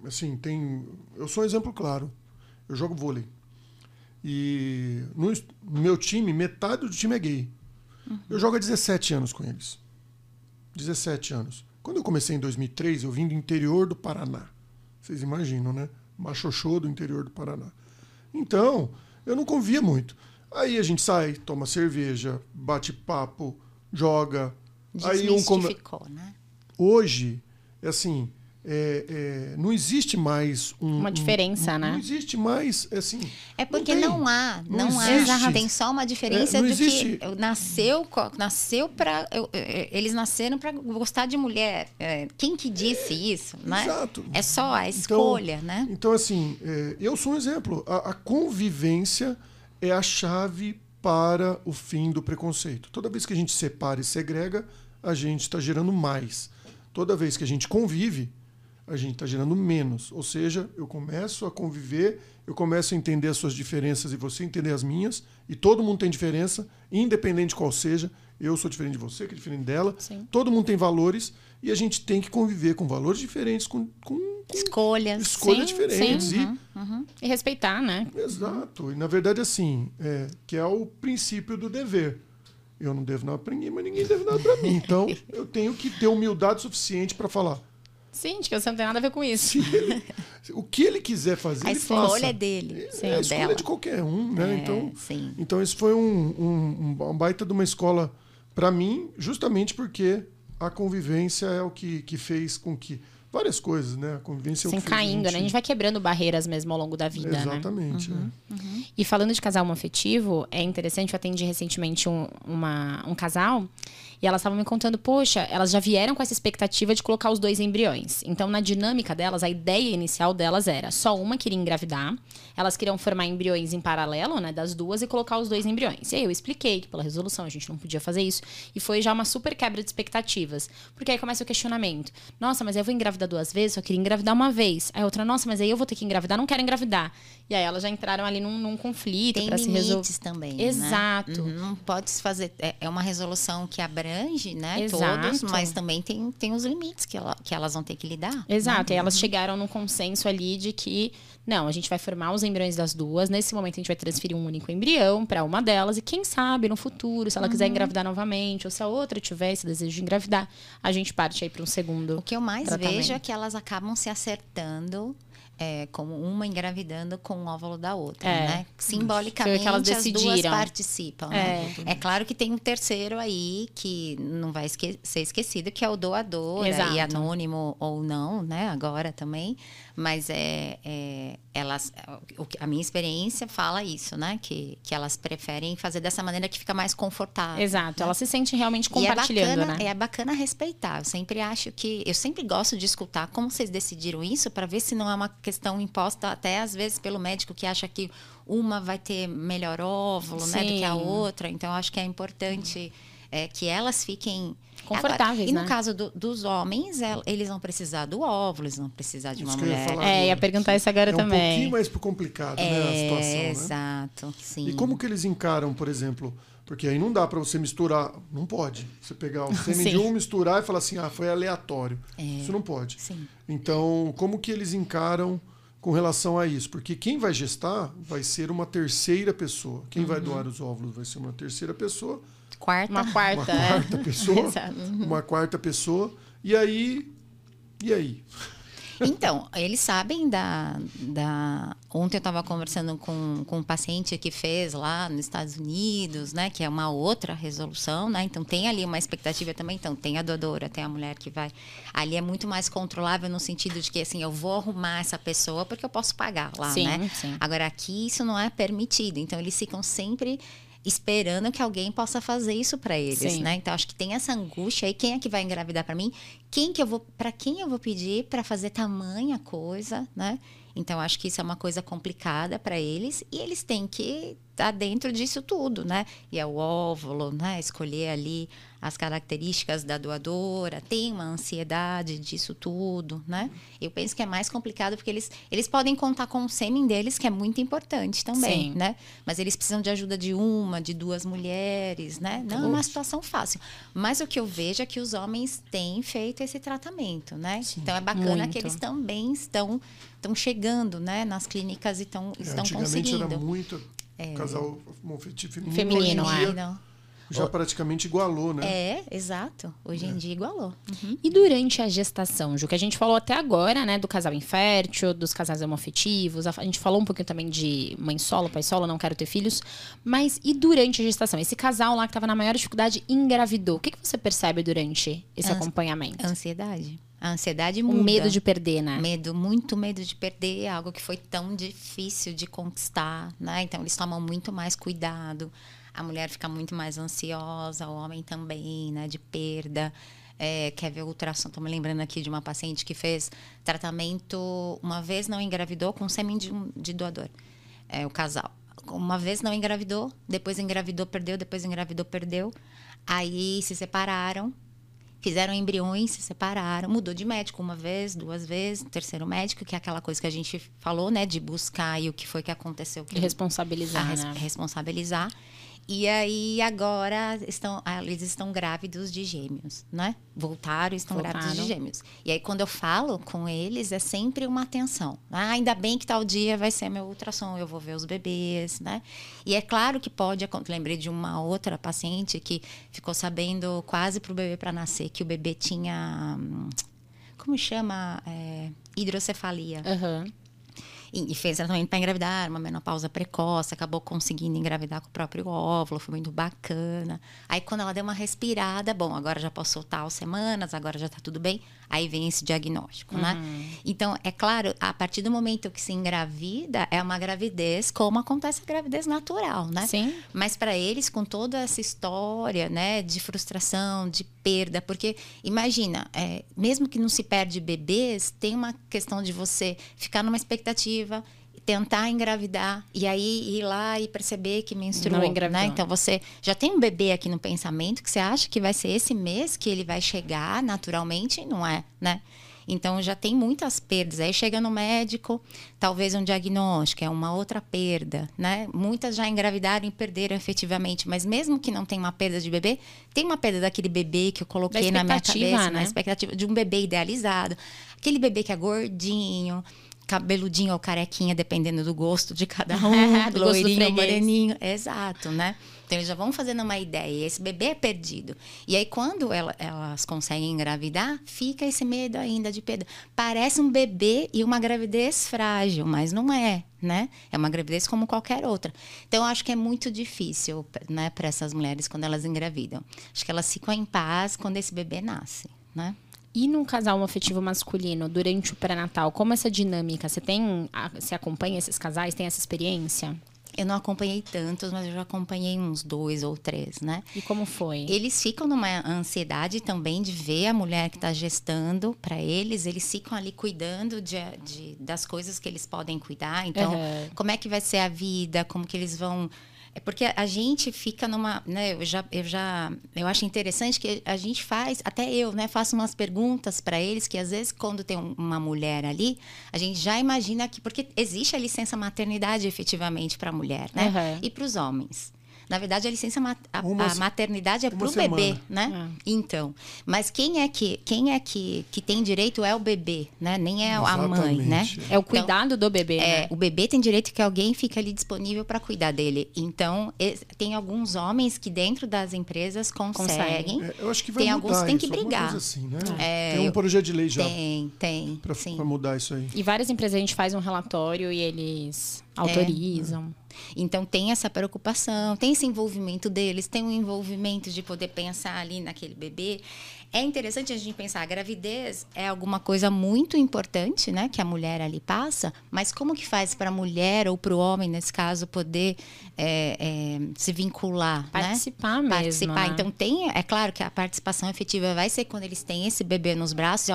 assim, tem... Eu sou um exemplo claro. Eu jogo vôlei. E no, no meu time, metade do time é gay. Uhum. Eu jogo há dezessete anos com eles. dezessete anos. Quando eu comecei em dois mil e três, eu vim do interior do Paraná. Vocês imaginam, né? Machoxô do interior do Paraná. Então, eu não convia muito. Aí a gente sai, toma cerveja, bate papo, joga. Aí um come... né? Hoje, é assim... É, é, não existe mais um, uma diferença, um, né? Não existe mais, assim... É porque não, não há, não, não há. Tem só uma diferença é, do existe. que nasceu, nasceu para eles nasceram para gostar de mulher. É, quem que disse isso, né? Exato. É só a escolha, então, né? Então, assim, é, eu sou um exemplo. A, a convivência é a chave para o fim do preconceito. Toda vez que a gente separa e segrega, a gente está gerando mais. Toda vez que a gente convive, a gente está gerando menos. Ou seja, eu começo a conviver, eu começo a entender as suas diferenças e você entender as minhas, e todo mundo tem diferença, independente de qual seja. Eu sou diferente de você, que é diferente dela. Sim. Todo mundo tem valores e a gente tem que conviver com valores diferentes, com, com, com escolhas, escolhas sim, diferentes. Sim. E, uhum, uhum. e respeitar, né? Exato. E, na verdade, assim, é, que é o princípio do dever. Eu não devo nada para ninguém, mas ninguém deve nada para mim. Então, eu tenho que ter humildade suficiente para falar. Sim, de que você não tem nada a ver com isso. Ele, o que ele quiser fazer, a ele faça. A escolha é dele. Sim, a escolha é de qualquer um, né? É, então, sim. então, isso foi um, um, um baita de uma escola para mim, justamente porque a convivência é o que, que fez com que... Várias coisas, né? A convivência é Sim, o que fez caindo, a gente... né? A gente vai quebrando barreiras mesmo ao longo da vida, Exatamente, né? é. Uhum. E falando de casal homoafetivo, é interessante, eu atendi recentemente um, uma, um casal e elas estavam me contando, poxa, elas já vieram com essa expectativa de colocar os dois embriões. Então, na dinâmica delas, a ideia inicial delas era só uma queria engravidar, elas queriam formar embriões em paralelo, né, das duas e colocar os dois embriões. E aí eu expliquei que pela resolução a gente não podia fazer isso e foi já uma super quebra de expectativas. Porque aí começa o questionamento. Nossa, mas eu vou engravidar duas vezes, só queria engravidar uma vez. Aí outra, nossa, mas aí eu vou ter que engravidar, não quero engravidar. E aí elas já entraram ali num, num conflito para se resolver. Tem limites também, Exato. Né? Não pode se fazer... É, é uma resolução que abrange, né? Exato. Todos, mas também tem, tem os limites que, ela, que elas vão ter que lidar. Exato. Né? E elas chegaram num consenso ali de que, não, a gente vai formar os embriões das duas. Nesse momento a gente vai transferir um único embrião para uma delas. E quem sabe no futuro, se ela uhum. quiser engravidar novamente, ou se a outra tiver esse desejo de engravidar, a gente parte aí para um segundo. O que eu mais tratamento. vejo é que elas acabam se acertando. É, como uma engravidando com o óvulo da outra, é. né? Simbolicamente, que elas as duas participam. Né? É. É claro que tem um terceiro aí que não vai esque- ser esquecido, que é o doador, e anônimo ou não, né? Agora também. Mas é, é, elas, a minha experiência fala isso, né? Que, que elas preferem fazer dessa maneira que fica mais confortável. Exato, né? ela se sente realmente compartilhando, e é bacana, né? É bacana respeitar. Eu sempre acho que... Eu sempre gosto de escutar como vocês decidiram isso, para ver se não é uma questão imposta até às vezes pelo médico que acha que uma vai ter melhor óvulo, né, do que a outra. Então, eu acho que é importante é, que elas fiquem confortáveis, agora, e no né? caso do, dos homens, eles vão precisar do óvulo, eles vão precisar de uma isso mulher. mulher. É, ia perguntar isso agora é também. É um pouquinho mais complicado, é, né, a situação, né? Exato, sim. E como que eles encaram, por exemplo... Porque aí não dá para você misturar, não pode. Você pegar o sêmen de um, misturar e falar assim, ah, foi aleatório. É, isso não pode. Sim. Então, como que eles encaram com relação a isso? Porque quem vai gestar vai ser uma terceira pessoa. Quem uhum. vai doar os óvulos vai ser uma terceira pessoa. Quarta. Uma quarta, Uma quarta é. pessoa. Exato. Uma quarta pessoa. E aí... E aí? Então, eles sabem da... da... Ontem eu estava conversando com, com um paciente que fez lá nos Estados Unidos, né? Que é uma outra resolução, né? Então, tem ali uma expectativa também. Então, tem a doadora, tem a mulher que vai... Ali é muito mais controlável no sentido de que, assim, eu vou arrumar essa pessoa porque eu posso pagar lá, sim, né? Sim. Agora, aqui isso não é permitido. Então, eles ficam sempre... esperando que alguém possa fazer isso para eles, Sim. né? Então acho que tem essa angústia aí, quem é que vai engravidar para mim? Quem que eu vou, para quem eu vou pedir para fazer tamanha coisa, né? Então acho que isso é uma coisa complicada para eles e eles têm que estar dentro disso tudo, né? E é o óvulo, né? Escolher ali as características da doadora, tem uma ansiedade disso tudo, né? Eu penso que é mais complicado porque eles, eles podem contar com o sêmen deles, que é muito importante também, Sim. né? Mas eles precisam de ajuda de uma, de duas mulheres, né? Não é uma situação fácil. Mas o que eu vejo é que os homens têm feito esse tratamamento, né? Sim. Então é bacana Muito. que eles também estão, estão chegando, né, nas clínicas e tão, É, estão antigamente conseguindo. era muito casal homoafetivo feminino. Feminino, hoje em é. dia Não. já praticamente igualou, né? É, exato. Hoje em dia igualou. Uhum. E durante a gestação, Ju, que a gente falou até agora, né, do casal infértil, dos casais homoafetivos, a a gente falou um pouquinho também de mãe solo, pai solo, não quero ter filhos, mas e durante a gestação? Esse casal lá que estava na maior dificuldade engravidou. O que, que você percebe durante esse Ans- acompanhamento? Ansiedade. A ansiedade O muda. medo de perder, né? Medo, muito medo de perder algo que foi tão difícil de conquistar, né? Então, eles tomam muito mais cuidado. A mulher fica muito mais ansiosa, o homem também, né? De perda. É, quer ver ultrassom? Estou me lembrando aqui de uma paciente que fez tratamento, uma vez não engravidou com sêmen de, um- de doador. É, o casal. Uma vez não engravidou, depois engravidou, perdeu, depois engravidou, perdeu. Aí se separaram. Fizeram embriões, se separaram, mudou de médico uma vez, duas vezes, terceiro médico, que é aquela coisa que a gente falou, né? De buscar e o que foi que aconteceu. Que De responsabilizar, a res- né? responsabilizar. E aí agora estão, ah, eles estão grávidos de gêmeos, né? Voltaram e estão Voltaram. grávidos de gêmeos. E aí quando eu falo com eles, é sempre uma atenção. Ah, ainda bem que tal dia vai ser meu ultrassom, eu vou ver os bebês, né? E é claro que pode acontecer. Lembrei de uma outra paciente que ficou sabendo quase pro bebê para nascer que o bebê tinha, hum, como chama? É, hidrocefalia. Aham. E e fez tratamento para engravidar, uma menopausa precoce, acabou conseguindo engravidar com o próprio óvulo, foi muito bacana. Aí quando ela deu uma respirada, bom, agora já posso soltar as semanas, agora já tá tudo bem, aí vem esse diagnóstico, né? Então, é claro, a partir do momento que se engravida, é uma gravidez como acontece a gravidez natural, né? Sim. Mas para eles, com toda essa história, né, de frustração, de perda, porque imagina, é, mesmo que não se perde bebês, tem uma questão de você ficar numa expectativa, tentar engravidar e aí ir lá e perceber que menstruou, Não engravidou. né? Então você já tem um bebê aqui no pensamento que você acha que vai ser esse mês que ele vai chegar naturalmente, e não é, né? Então já tem muitas perdas. Aí chega no médico, talvez um diagnóstico, é uma outra perda, né? Muitas já engravidaram e perderam efetivamente, mas mesmo que não tenha uma perda de bebê, tem uma perda daquele bebê que eu coloquei Da na minha expectativa, cabeça, né? na expectativa de um bebê idealizado, aquele bebê que é gordinho, cabeludinho ou carequinha, dependendo do gosto de cada um, Do gosto do loirinho, freguês. moreninho, exato, né? Então eles já vão fazendo uma ideia, e esse bebê é perdido. E aí quando ela- elas conseguem engravidar, fica esse medo ainda de perda. Parece um bebê e uma gravidez frágil, mas não é, né? É uma gravidez como qualquer outra. Então eu acho que é muito difícil, né, para essas mulheres quando elas engravidam. Acho que elas ficam em paz quando esse bebê nasce, né? E num casal afetivo masculino, durante o pré-natal, como essa dinâmica? Você tem, a- você acompanha esses casais, tem essa experiência? Eu não acompanhei tantos, mas eu já acompanhei uns dois ou três, né? E como foi? Eles ficam numa ansiedade também de ver a mulher que está gestando para eles. Eles ficam ali cuidando de, de- das coisas que eles podem cuidar. Então, Uhum. como é que vai ser a vida? Como que eles vão... É porque a gente fica numa... Né, eu, já, eu já... Eu acho interessante que a gente faz... Até eu, né? Faço umas perguntas para eles que, às vezes, quando tem um- uma mulher ali, a gente já imagina que... Porque existe a licença maternidade, efetivamente, para a mulher, né? Uhum. E para os homens. Na verdade, a licença ma- a, Uma a se- maternidade é uma para o semana. bebê, né? Então, mas quem é que quem é que, que tem direito é o bebê, né? Nem é a mãe, né? Exatamente. É o cuidado do bebê, É, né? o bebê tem direito que alguém fique ali disponível para cuidar dele. Então, es- tem alguns homens que dentro das empresas conseguem. É, eu acho que vai Tem mudar alguns que tem que isso, alguma brigar. coisa assim, né? É, tem um eu- projeto de lei já Tem, tem. para sim. mudar isso aí. E várias empresas a gente faz um relatório e eles autorizam. Então tem essa preocupação, tem esse envolvimento deles, tem um envolvimento de poder pensar ali naquele bebê. É interessante a gente pensar, a gravidez é alguma coisa muito importante, né, que a mulher ali passa, mas como que faz para a mulher ou para o homem, nesse caso, poder é, é, se vincular, Participar né? mesmo, Participar. né? Então tem, é claro que a participação efetiva vai ser quando eles têm esse bebê nos braços, e olha,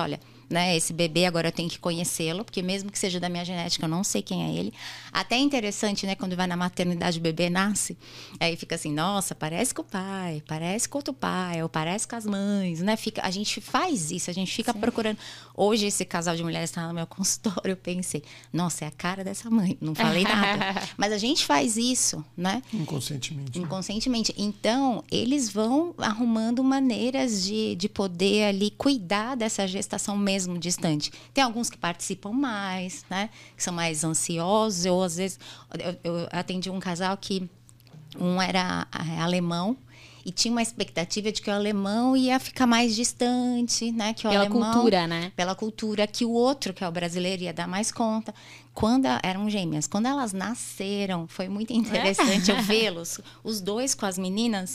né? Esse bebê agora eu tenho que conhecê-lo, porque mesmo que seja da minha genética, eu não sei quem é ele. Até é interessante, né? Quando vai na maternidade, o bebê nasce, aí fica assim, nossa, parece com o pai, parece com outro pai, ou parece com as mães, né? Fica, a gente faz isso, a gente fica Sim. procurando. Hoje, esse casal de mulheres está no meu consultório, eu pensei, nossa, é a cara dessa mãe, não falei nada. Mas a gente faz isso, né? Inconscientemente. Inconscientemente. Então, eles vão arrumando maneiras de, de poder ali cuidar dessa gestação mesmo distante. Tem alguns que participam mais, né? Que são mais ansiosos. Eu, às vezes, eu, eu atendi um casal que um era alemão e tinha uma expectativa de que o alemão ia ficar mais distante, né? Que o pela alemão, cultura, né? Pela cultura, que o outro, que é o brasileiro, ia dar mais conta. Quando eram gêmeas, quando elas nasceram, foi muito interessante é. eu vê-los, os dois com as meninas.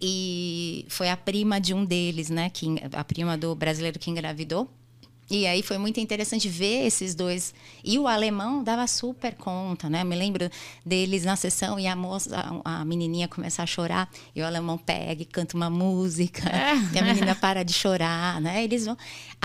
E foi a prima de um deles, né? Que, a prima do brasileiro que engravidou. E aí foi muito interessante ver esses dois. E o alemão dava super conta, né? Eu me lembro deles na sessão e a moça, a, a menininha começa a chorar e o alemão pega e canta uma música e a menina para de chorar, né? Eles vão...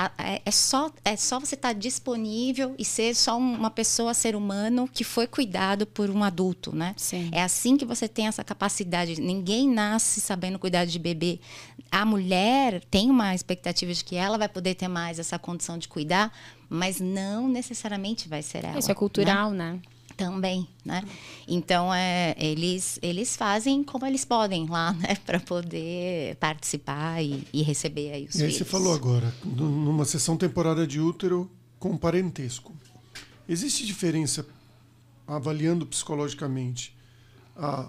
É só, é só você estar disponível e ser só uma pessoa, ser humano, que foi cuidado por um adulto, né? Sim. É assim que você tem essa capacidade. Ninguém nasce sabendo cuidar de bebê. A mulher tem uma expectativa de que ela vai poder ter mais essa condição de cuidar, mas não necessariamente vai ser ela. Isso é cultural, né? né? Também, né? Então, é, eles, eles fazem como eles podem lá, né? Para poder participar e, e receber aí os e filhos. E aí você falou agora, numa sessão temporária de útero com parentesco. Existe diferença, avaliando psicologicamente, a,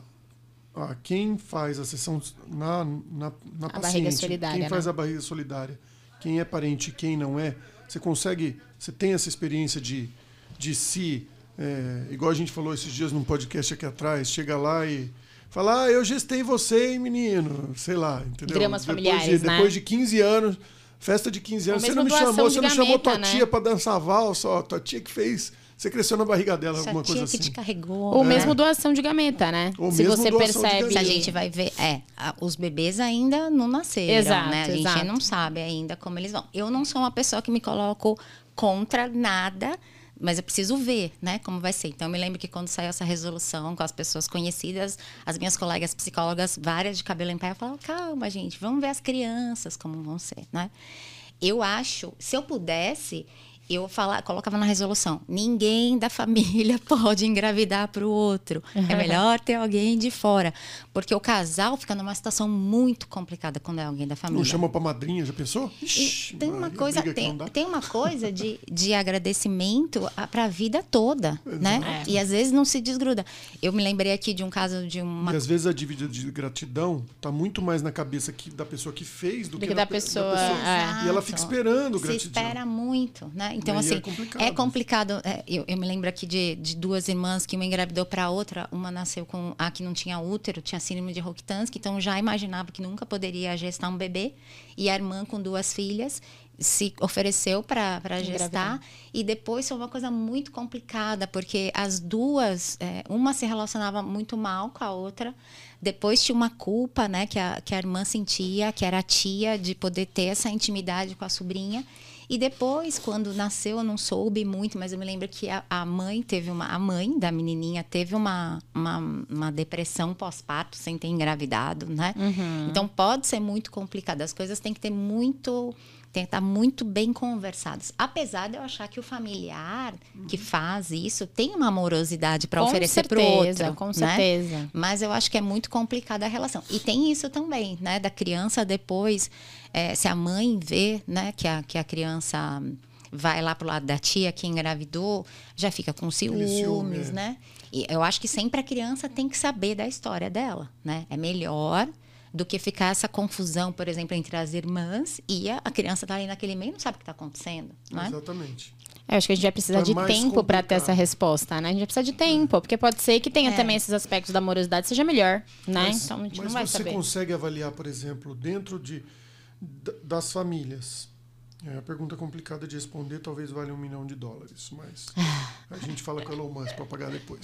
a quem faz a sessão na, na, na a paciente, solidária, quem faz né? a barriga solidária, quem é parente e quem não é? Você consegue, você tem essa experiência de, de se, é, igual a gente falou esses dias num podcast aqui atrás, chega lá e fala, ah, eu gestei você, hein, menino, sei lá, entendeu? Dramas depois familiares, de, né? Depois de quinze anos, festa de quinze anos, Ou você não me mesmo chamou, doação você de não chamou gameta, tua né? tia pra dançar valsa, ó, tua tia que fez, você cresceu na barriga dela, Essa alguma tia coisa que assim. te carregou. Ou né? mesmo doação de gameta, né? Ou Se mesmo você doação de percebe. Que a gente vai ver, é, a, os bebês ainda não nasceram, Exato, né? A gente exato. não sabe ainda como eles vão. Eu não sou uma pessoa que me coloco contra nada, mas eu preciso ver, né, como vai ser. Então, eu me lembro que quando saiu essa resolução com as pessoas conhecidas, as minhas colegas psicólogas, várias de cabelo em pé, falavam, calma, gente, vamos ver as crianças como vão ser, né? Eu acho, se eu pudesse, eu falar, colocava na resolução, ninguém da família pode engravidar para o outro. É melhor ter alguém de fora. Porque o casal fica numa situação muito complicada quando é alguém da família. Não chamou para madrinha, já pensou? Ixi, tem uma Maria, coisa, briga que tem, não dá. tem uma coisa de, de agradecimento para a vida toda, né? É. E às vezes não se desgruda. Eu me lembrei aqui de um caso de uma... E às vezes a dívida de gratidão tá muito mais na cabeça que, da pessoa que fez do, Do que, que da, da pessoa, da pessoa. é. E ela fica esperando Se gratidão. espera muito, né? Então, E aí assim, é complicado é isso. complicado. É, eu, eu me lembro aqui de, de duas irmãs que uma engravidou para a outra. Uma nasceu com a que não tinha útero, tinha síndrome de Rokitansky, então já imaginava que nunca poderia gestar um bebê. E a irmã com duas filhas se ofereceu para gestar. E depois foi uma coisa muito complicada, porque as duas, é, uma se relacionava muito mal com a outra. Depois tinha uma culpa, né, que a, que a irmã sentia, que era a tia, de poder ter essa intimidade com a sobrinha. E depois, quando nasceu, eu não soube muito, mas eu me lembro que a, a mãe teve uma... A mãe da menininha teve uma, uma, uma depressão pós-parto, sem ter engravidado, né? Uhum. Então, pode ser muito complicado. As coisas têm que ter muito... Tem que estar muito bem conversadas. Apesar de eu achar que o familiar que faz isso tem uma amorosidade para oferecer para o outro. Com né? certeza. Mas eu acho que é muito complicada a relação. E tem isso também, né? Da criança depois, é, se a mãe vê, né, que a, que a criança vai lá pro lado da tia que engravidou, já fica com ciúmes, ciúme, é. né? E eu acho que sempre a criança tem que saber da história dela, né? É melhor do que ficar essa confusão, por exemplo, entre as irmãs e a, a criança tá ali naquele meio e não sabe o que está acontecendo, né? Exatamente. Eu acho que a gente vai precisar É de mais tempo para ter complicado. essa resposta, né? A gente vai precisar de tempo, porque pode ser que tenha É. também esses aspectos da amorosidade seja melhor, né? Mas, Então a gente mas não vai você saber. consegue avaliar, por exemplo, dentro de, d- das famílias? É uma pergunta complicada de responder, talvez valha um milhão de dólares, mas a gente fala com o Elon Musk para pagar depois.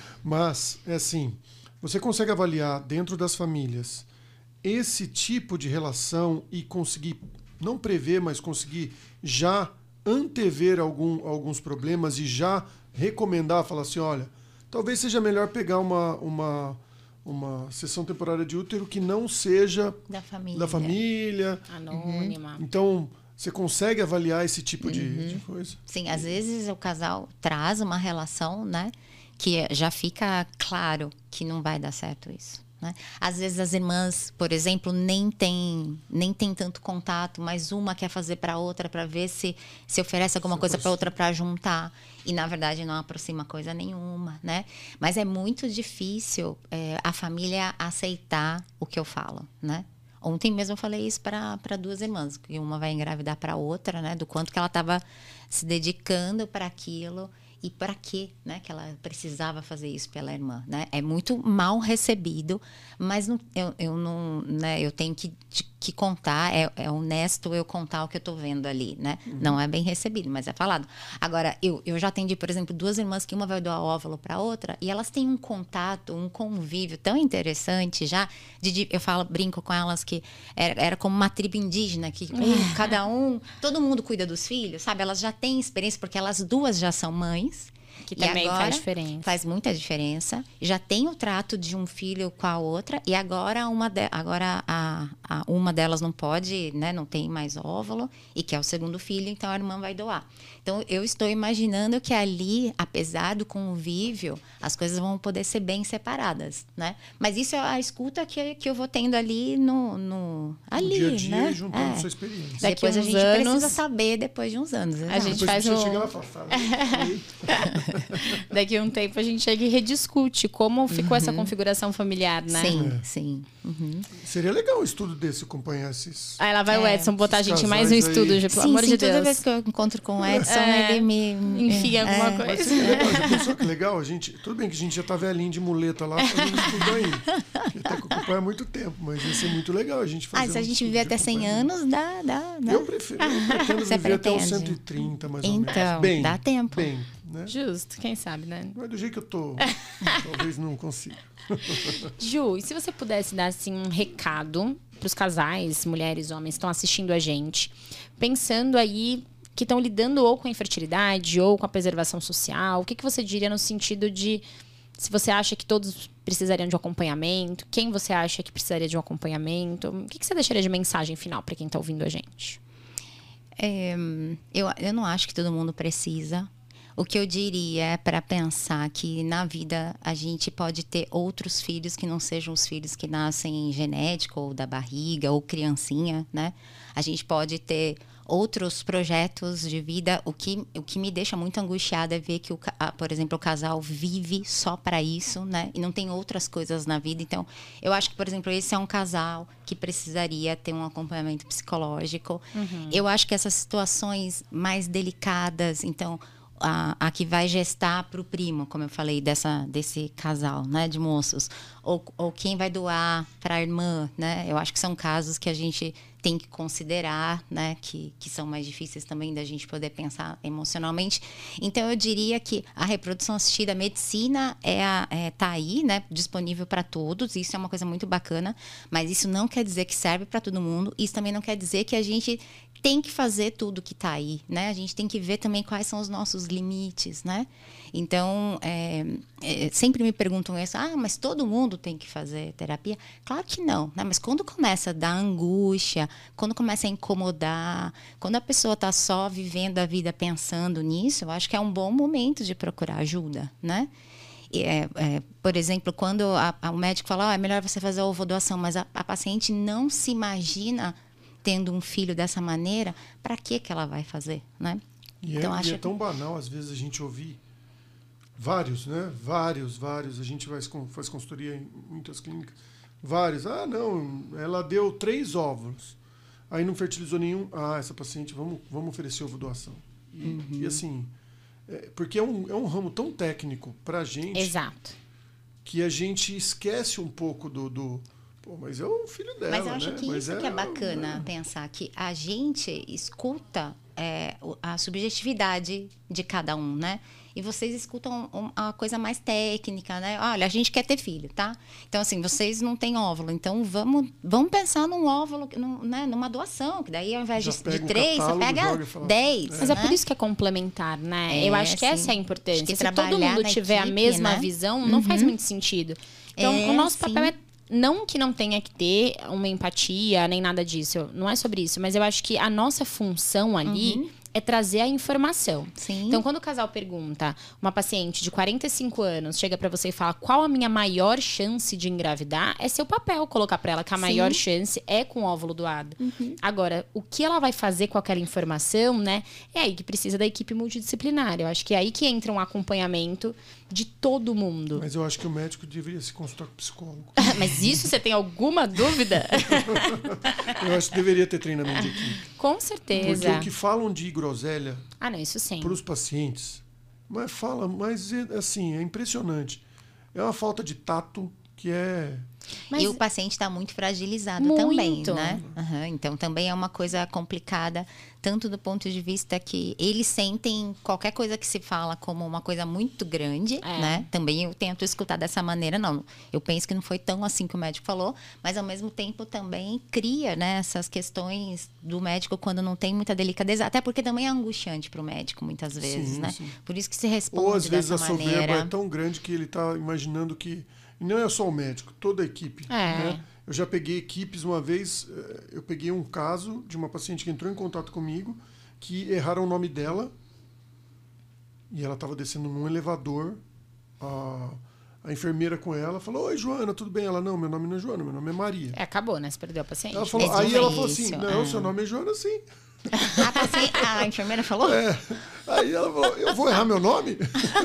Mas, é assim, você consegue avaliar dentro das famílias esse tipo de relação e conseguir, não prever, mas conseguir já antever algum, alguns problemas e já recomendar, falar assim, olha, talvez seja melhor pegar uma, uma, uma sessão temporária de útero que não seja Da família. da família. Anônima. Então, você consegue avaliar esse tipo de, Uhum. de coisa? Sim, às vezes o casal traz uma relação, né? Que já fica claro que não vai dar certo isso. Né? Às vezes as irmãs, por exemplo, nem tem, nem tem tanto contato, mas uma quer fazer para outra para ver se, se oferece alguma Se coisa para aproxima. outra para juntar. E, na verdade, não aproxima coisa nenhuma, né? Mas é muito difícil é, a família aceitar o que eu falo, né? Ontem mesmo eu falei isso para duas irmãs, que uma vai engravidar para outra, né? Do quanto que ela estava se dedicando para aquilo e para quê, né? Que ela precisava fazer isso pela irmã, né? É muito mal recebido, mas não, eu, eu não, né? Eu tenho que, que contar, é, é honesto eu contar o que eu estou vendo ali, né? Uhum. Não é bem recebido, mas é falado. Agora, eu, eu já atendi, por exemplo, duas irmãs que uma vai doar óvulo para outra e elas têm um contato, um convívio tão interessante já. De, de, eu falo, brinco com elas que era, era como uma tribo indígena, que um, cada um, todo mundo cuida dos filhos, sabe? Elas já têm experiência, porque elas duas já são mães. Que E também agora faz diferença. Faz muita diferença. Já tem o trato de um filho com a outra e agora uma, de, agora a, a, uma delas não pode, né, não tem mais óvulo e que é o segundo filho, então a irmã vai doar. Então eu estou imaginando que ali, apesar do convívio, as coisas vão poder ser bem separadas, né? Mas isso é a escuta que, que eu vou tendo ali no, no ali, no dia a dia, né? juntando É. sua experiência. Daqui Depois a uns gente anos, precisa saber depois de uns anos. A exato. gente Depois faz você um- chega lá e fala, fala, Daqui a um tempo a gente chega e rediscute como ficou essa configuração familiar, né? Sim, É. sim. Uhum. seria legal um estudo desse, acompanhar esses... Aí lá vai o É, Edson botar a esses gente em mais um casais aí. estudo, pelo sim, amor sim, de toda Deus. vez que eu encontro com o Edson, É, ele me... enfia alguma coisa. Mas seria legal, já pensou que legal? A gente, tudo bem que a gente já tá velhinho de muleta lá, fazendo estudo aí. Que até que acompanha muito tempo, mas ia ser muito legal a gente fazer Ah, se a um gente estudo viver de até cem acompanhamento. anos, dá, dá, dá. Eu prefiro, eu pretendo Você viver até os pretende? cento e trinta, mais ou Então, menos. Bem, dá tempo. Bem, né? Justo, quem sabe, né? Mas do jeito que eu tô, talvez não consiga. Ju, e se você pudesse dar assim um recado para os casais, mulheres, homens que estão assistindo a gente, pensando aí que estão lidando ou com a infertilidade ou com a preservação social, o que, que você diria no sentido de se você acha que todos precisariam de um acompanhamento, quem você acha que precisaria de um acompanhamento, o que, que você deixaria de mensagem final para quem está ouvindo a gente? É, eu, eu não acho que todo mundo precisa. O que eu diria é para pensar que na vida a gente pode ter outros filhos que não sejam os filhos que nascem genético ou da barriga ou criancinha, né? A gente pode ter outros projetos de vida. O que, o que me deixa muito angustiada é ver que, o, a, por exemplo, o casal vive só para isso, né? E não tem outras coisas na vida. Então, eu acho que, por exemplo, esse é um casal que precisaria ter um acompanhamento psicológico. Uhum. Eu acho que essas situações mais delicadas, então... A, a que vai gestar para o primo, como eu falei, dessa, desse casal, né, de moços. Ou, ou quem vai doar para a irmã, né? Eu acho que são casos que a gente tem que considerar, né? Que, que são mais difíceis também da gente poder pensar emocionalmente. Então, eu diria que a reprodução assistida, a medicina é, a, é tá aí, né? Disponível para todos. Isso é uma coisa muito bacana. Mas isso não quer dizer que serve para todo mundo. Isso também não quer dizer que a gente tem que fazer tudo que está aí, né? A gente tem que ver também quais são os nossos limites, né? Então, é, é, sempre me perguntam isso, ah, mas todo mundo tem que fazer terapia? Claro que não, né? Mas quando começa a dar angústia, quando começa a incomodar, quando a pessoa está só vivendo a vida pensando nisso, eu acho que é um bom momento de procurar ajuda, né? É, é, por exemplo, quando a, a, o médico fala, oh, é melhor você fazer a ovodoação, mas a, a paciente não se imagina tendo um filho dessa maneira, para que que ela vai fazer, né? E, então, é, acho e é tão banal, às vezes, a gente ouvir vários, né? Vários, vários. A gente faz, faz consultoria em muitas clínicas. Vários. Ah, não, ela deu três óvulos. Aí não fertilizou nenhum. Ah, essa paciente, vamos, vamos oferecer ovodoação. E, uhum. e assim, é, porque é um, é um ramo tão técnico pra gente. Exato. Que a gente esquece um pouco do... do Pô, mas é o filho dela, Mas eu acho né? que mas isso é, que é bacana, é. pensar que a gente escuta é, a subjetividade de cada um, né? E vocês escutam a coisa mais técnica, né? Olha, a gente quer ter filho, tá? Então, assim, vocês não têm óvulo. Então, vamos, vamos pensar num óvulo, num, né? numa doação. Que daí, ao invés Já de, pega de um três, você catálogo, pega joga e fala, dez. Mas é né? por isso que é complementar, né? É, Eu acho que sim. essa é a importância. Acho que Se todo trabalhar mundo na tiver a equipe, mesma né? visão, não faz muito sentido. Então, É, o nosso papel sim. é não que não tenha que ter uma empatia, nem nada disso. Não é sobre isso. Mas eu acho que a nossa função ali é trazer a informação. Sim. Então, quando o casal pergunta, uma paciente de quarenta e cinco anos chega pra você e fala qual a minha maior chance de engravidar, é seu papel colocar pra ela que a Sim. maior chance é com o óvulo doado. Agora, o que ela vai fazer com aquela informação, né? É aí que precisa da equipe multidisciplinar. Eu acho que é aí que entra um acompanhamento de todo mundo. Mas eu acho que o médico deveria se consultar com o psicólogo. Mas isso você tem alguma dúvida? Eu acho que deveria ter treinamento de equipe. Com certeza. Porque o que falam de groselha Ah, não, isso sim. para os pacientes, mas fala, mas é, assim, é impressionante. É uma falta de tato que é... Mas E o paciente está muito fragilizado Muito. também, né? Uhum. Então, também é uma coisa complicada, tanto do ponto de vista que eles sentem qualquer coisa que se fala como uma coisa muito grande, É. né? Também eu tento escutar dessa maneira, não. Eu penso que não foi tão assim que o médico falou, mas ao mesmo tempo também cria, né, essas questões do médico quando não tem muita delicadeza, até porque também é angustiante para o médico, muitas vezes, Sim, né? sim. Por isso que se responde Ou às vezes dessa a soberba maneira. é tão grande que ele está imaginando que... E não é só o médico, toda a equipe. É. Né? Eu já peguei equipes uma vez, eh, eu peguei um caso de uma paciente que entrou em contato comigo, que erraram o nome dela, e ela estava descendo num elevador, a, a enfermeira com ela falou, oi, Joana, tudo bem? Ela, não, meu nome não é Joana, meu nome é Maria. É, acabou, né? Você perdeu a paciente. Ela falou, É aí ela falou assim, difícil, não, é. seu nome é Joana, sim. A, paciente- a enfermeira falou? É. Aí ela falou, eu vou errar meu nome?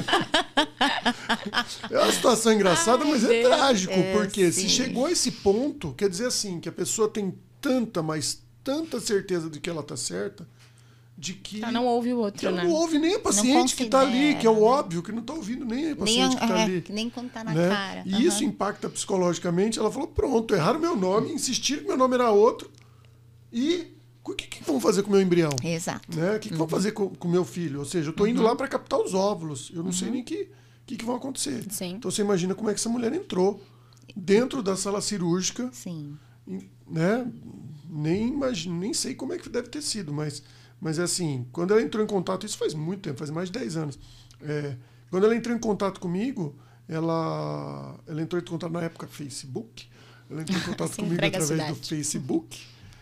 É uma situação engraçada, Ai, mas é Deus. trágico, É, porque sim. se chegou a esse ponto, quer dizer assim, que a pessoa tem tanta, mas tanta certeza de que ela tá certa, de que Ela não ouve o que outro, ela né? não ouve nem a paciente que tá ali, considera, que é o né? óbvio, que não tá ouvindo nem a Nem, paciente que tá é, ali. nem quando tá na Né? cara. E Aham. isso impacta psicologicamente. Ela falou, pronto, erraram meu nome, insistiram que meu nome era outro, e o que, que vão fazer com o meu embrião? Exato. Né? O que, que vão fazer com o meu filho? Ou seja, eu estou indo lá para captar os óvulos. Eu não sei nem o que, que, que vão acontecer. Sim. Então você imagina como é que essa mulher entrou dentro da sala cirúrgica. Sim. e, Né? Nem, imagino, nem sei como é que deve ter sido, mas, mas é assim, quando ela entrou em contato, isso faz muito tempo, faz mais de dez anos. É, quando ela entrou em contato comigo, ela, ela entrou em contato na época Facebook. Ela entrou em contato Você comigo entrega a através do cidade. Facebook.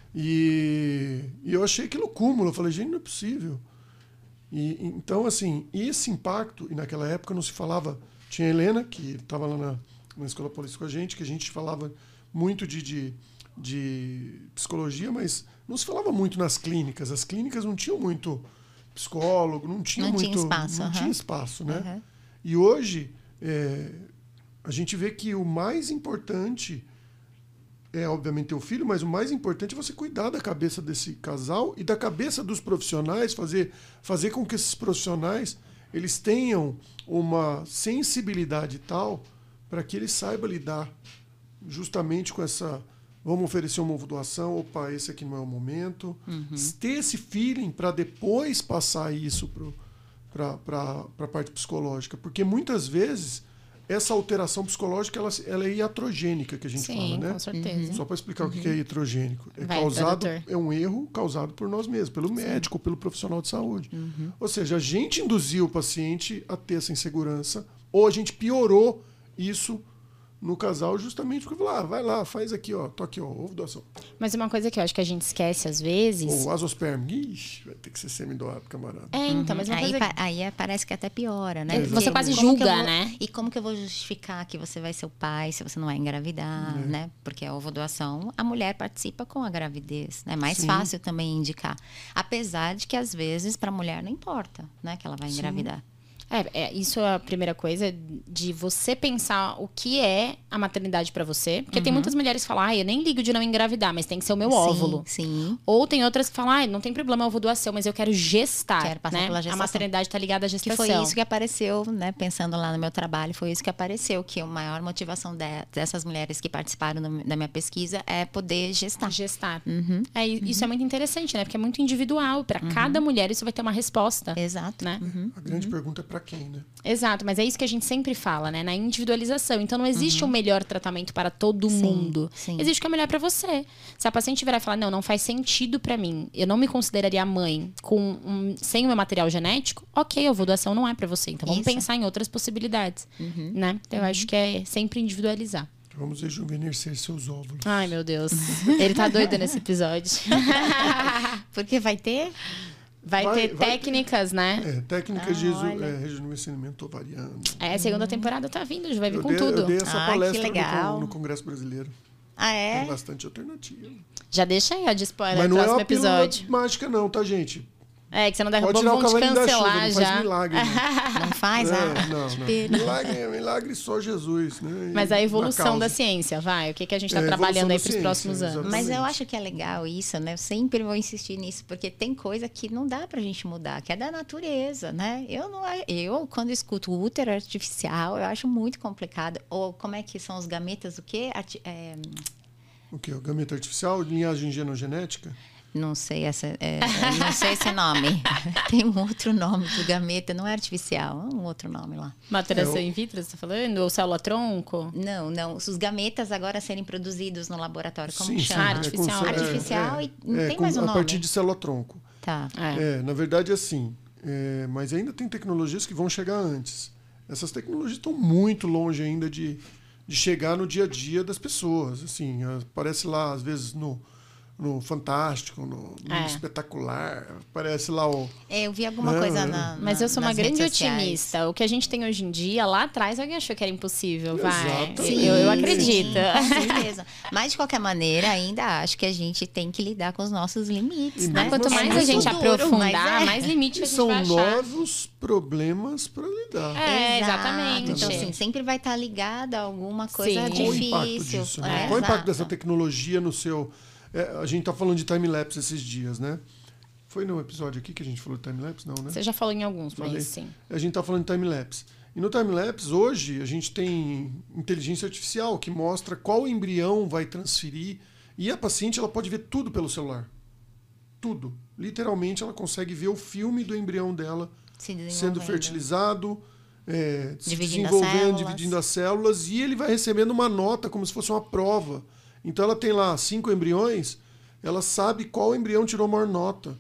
E, e eu achei aquilo cúmulo. Eu falei, gente, não é possível. E, então, assim, esse impacto, e naquela época não se falava. Tinha a Helena, que estava lá na, na Escola Paulista com a gente, que a gente falava muito de, de, de psicologia, mas não se falava muito nas clínicas. As clínicas não tinham muito psicólogo, não tinha Não muito. tinha espaço, Não aham. tinha espaço, né? Aham. E hoje, é, a gente vê que o mais importante é, obviamente, ter o filho, mas o mais importante é você cuidar da cabeça desse casal e da cabeça dos profissionais, fazer, fazer com que esses profissionais eles tenham uma sensibilidade tal para que ele saiba lidar justamente com essa... Vamos oferecer uma doação, opa, esse aqui não é o momento. Uhum. Ter esse feeling para depois passar isso para a parte psicológica. Porque muitas vezes essa alteração psicológica ela, ela é iatrogênica, que a gente Sim, fala, né? com certeza. Só para explicar o que é iatrogênico. É, Vai, causado, doutor. é um erro causado por nós mesmos, pelo médico, pelo profissional de saúde. Ou seja, a gente induziu o paciente a ter essa insegurança, ou a gente piorou isso no casal justamente porque falou, ah, vai lá, faz aqui, ó, tô aqui, ó, ovo doação. Mas uma coisa que eu acho que a gente esquece às vezes... Ou azosperm, ixi, vai ter que ser semidoado, camarada. É, então, mas uma Aí, coisa... pa- aí é- parece que até piora, né? É, Porque você quase como que eu julga, vou- né? E como que eu vou justificar que você vai ser o pai se você não vai engravidar, É. né? Porque a ovodoação, a mulher participa com a gravidez, né? É mais Sim. fácil também indicar. Apesar de que, às vezes, para a mulher não importa, né? Que ela vai Sim. engravidar. É, é, isso é a primeira coisa, de você pensar o que é a maternidade pra você. Porque uhum. tem muitas mulheres que falam, ah, eu nem ligo de não engravidar, mas tem que ser o meu sim, óvulo. Sim. Ou tem outras que falam, ah, não tem problema, eu vou doação, mas eu quero gestar. Quero passar né? pela gestação. A maternidade tá ligada à gestação. Que foi isso que apareceu, né? Pensando lá no meu trabalho, foi isso que apareceu, que a maior motivação de, dessas mulheres que participaram no, da minha pesquisa é poder gestar. Gestar. Uhum. É, isso uhum. é muito interessante, né? Porque é muito individual. Pra uhum. cada mulher, isso vai ter uma resposta. Exato. Né? Uhum. A grande uhum. pergunta é pra quem, né? Exato, mas é isso que a gente sempre fala, né? Na individualização. Então, não existe uhum. um melhor tratamento para todo sim, mundo. Sim. Existe o que é melhor para você. Se a paciente virar e falar, não, não faz sentido para mim, eu não me consideraria mãe com um, sem o meu material genético, ok, a doação não é para você. Então, vamos isso. pensar em outras possibilidades, uhum. né? Então, eu uhum. acho que é sempre individualizar. Vamos rejuvenescer seus óvulos. Ai, meu Deus. Ele tá doido nesse episódio. Porque vai ter... Vai, vai ter vai técnicas, ter, né? É, técnicas ah, de é, rejuvenescimento ovariano. É, a segunda temporada tá vindo, já vai vir eu com dei, tudo. Eu dei essa ah, palestra no, no Congresso Brasileiro. Ah, é? Tem bastante alternativa. Já deixa aí, ó, de spoiler Mas no não próximo é uma episódio. mágica não, tá, gente? É, que você não dá Pode tirar o vão te cavalinho cancelar da chuva, já. Não faz milagre. Né? Não faz, é, ah. Não, não. Milagre, milagre só Jesus, né? Mas a evolução da ciência, vai. O que, que a gente está é, trabalhando aí para os próximos anos? Exatamente. Mas eu acho que é legal isso, né? Eu sempre vou insistir nisso, porque tem coisa que não dá pra gente mudar, que é da natureza, né? Eu, não, eu quando escuto útero artificial, eu acho muito complicado. Ou como é que são os gametas, o quê? Arti é... O quê? O gameta artificial, linhagem genogenética? Não sei, essa, é, não sei esse nome. Tem um outro nome do gameta, não é artificial, é um outro nome lá. Maturação é, in vitro, você está falando? Ou célula-tronco? Não, não. Os gametas agora serem produzidos no laboratório, como sim, chama? Ah, artificial. É, artificial é, e não é, tem com, mais um nome. A partir de célula-tronco. Tá. É. na verdade, assim, é, mas ainda tem tecnologias que vão chegar antes. Essas tecnologias estão muito longe ainda de, de chegar no dia a dia das pessoas. Assim, aparece lá, às vezes, no... no Fantástico, no, no é. Espetacular, parece lá o... É, eu vi alguma é, coisa na, na Mas eu sou uma grande otimista. Sociais. O que a gente tem hoje em dia, lá atrás alguém achou que era impossível, vai. Sim, eu, eu acredito. Sim, com certeza. Mas, de qualquer maneira, ainda acho que a gente tem que lidar com os nossos limites, né? Quanto mais a gente duro, aprofundar, é. mais limites a gente são vai achar. São novos problemas para lidar. É, Exato. exatamente. Então, assim, sempre vai estar ligada a alguma coisa Sim. difícil. Qual o impacto disso? Né? É, Qual o impacto exato. dessa tecnologia no seu... É, a gente tá falando de time-lapse esses dias, né? Foi no episódio aqui que a gente falou de time-lapse? Não, né? Você já falou em alguns, Falei. mas sim. A gente tá falando de time-lapse. E no time-lapse, hoje, a gente tem inteligência artificial que mostra qual embrião vai transferir. E a paciente ela pode ver tudo pelo celular. Tudo. Literalmente, ela consegue ver o filme do embrião dela sendo fertilizado, é, se desenvolvendo, dividindo as células. E ele vai recebendo uma nota como se fosse uma prova. Então ela tem lá cinco embriões, ela sabe qual embrião tirou a maior nota.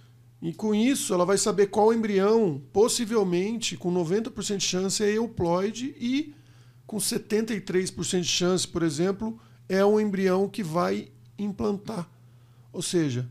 E com isso ela vai saber qual embrião, possivelmente, com noventa por cento de chance, é euploide e com setenta e três por cento de chance, por exemplo, é um embrião que vai implantar. Ou seja,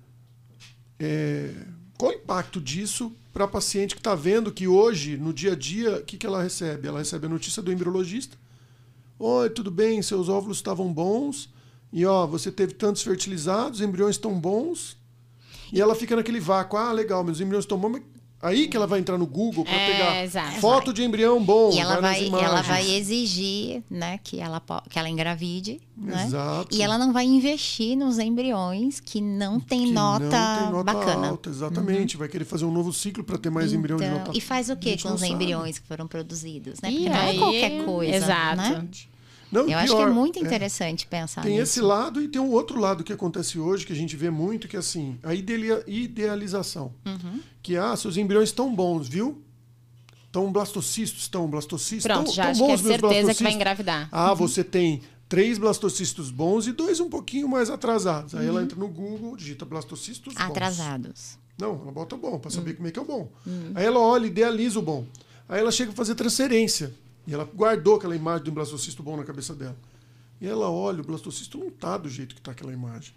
é... qual o impacto disso para a paciente que está vendo que hoje, no dia a dia, o que, que ela recebe? Ela recebe a notícia do embriologista. Oi, tudo bem, seus óvulos estavam bons. E ó, você teve tantos fertilizados, os embriões estão bons. E ela fica naquele vácuo. Ah, legal, meus embriões estão bons. Mas aí que ela vai entrar no Google para é, pegar exato. foto de embrião bom. E ela vai, vai ela vai exigir, né, que ela, que ela engravide. Exato. Né? E ela não vai investir nos embriões que não tem, que nota, não tem nota bacana. Alta, exatamente. Uhum. Vai querer fazer um novo ciclo para ter mais então, embrião de nota. E faz o que com os sabe. embriões que foram produzidos? Né? E Porque aí, não é qualquer coisa. Exato. Né? Não, eu pior, acho que é muito interessante é, pensar tem nisso. Tem esse lado e tem um outro lado que acontece hoje, que a gente vê muito, que é assim, a idealização. Uhum. Que, ah, seus embriões estão bons, viu? Estão blastocistos, estão blastocistos. Pronto, tão, já tão acho que é bons meus certeza que vai engravidar. Ah, uhum. você tem três blastocistos bons e dois um pouquinho mais atrasados. Aí uhum. ela entra no Google, digita blastocistos bons. Atrasados. Não, ela bota bom, para saber uhum. como é que é o bom. Uhum. Aí ela olha, idealiza o bom. Aí ela chega a fazer transferência. E ela guardou aquela imagem de um blastocisto bom na cabeça dela. E ela olha, o blastocisto não está do jeito que está aquela imagem.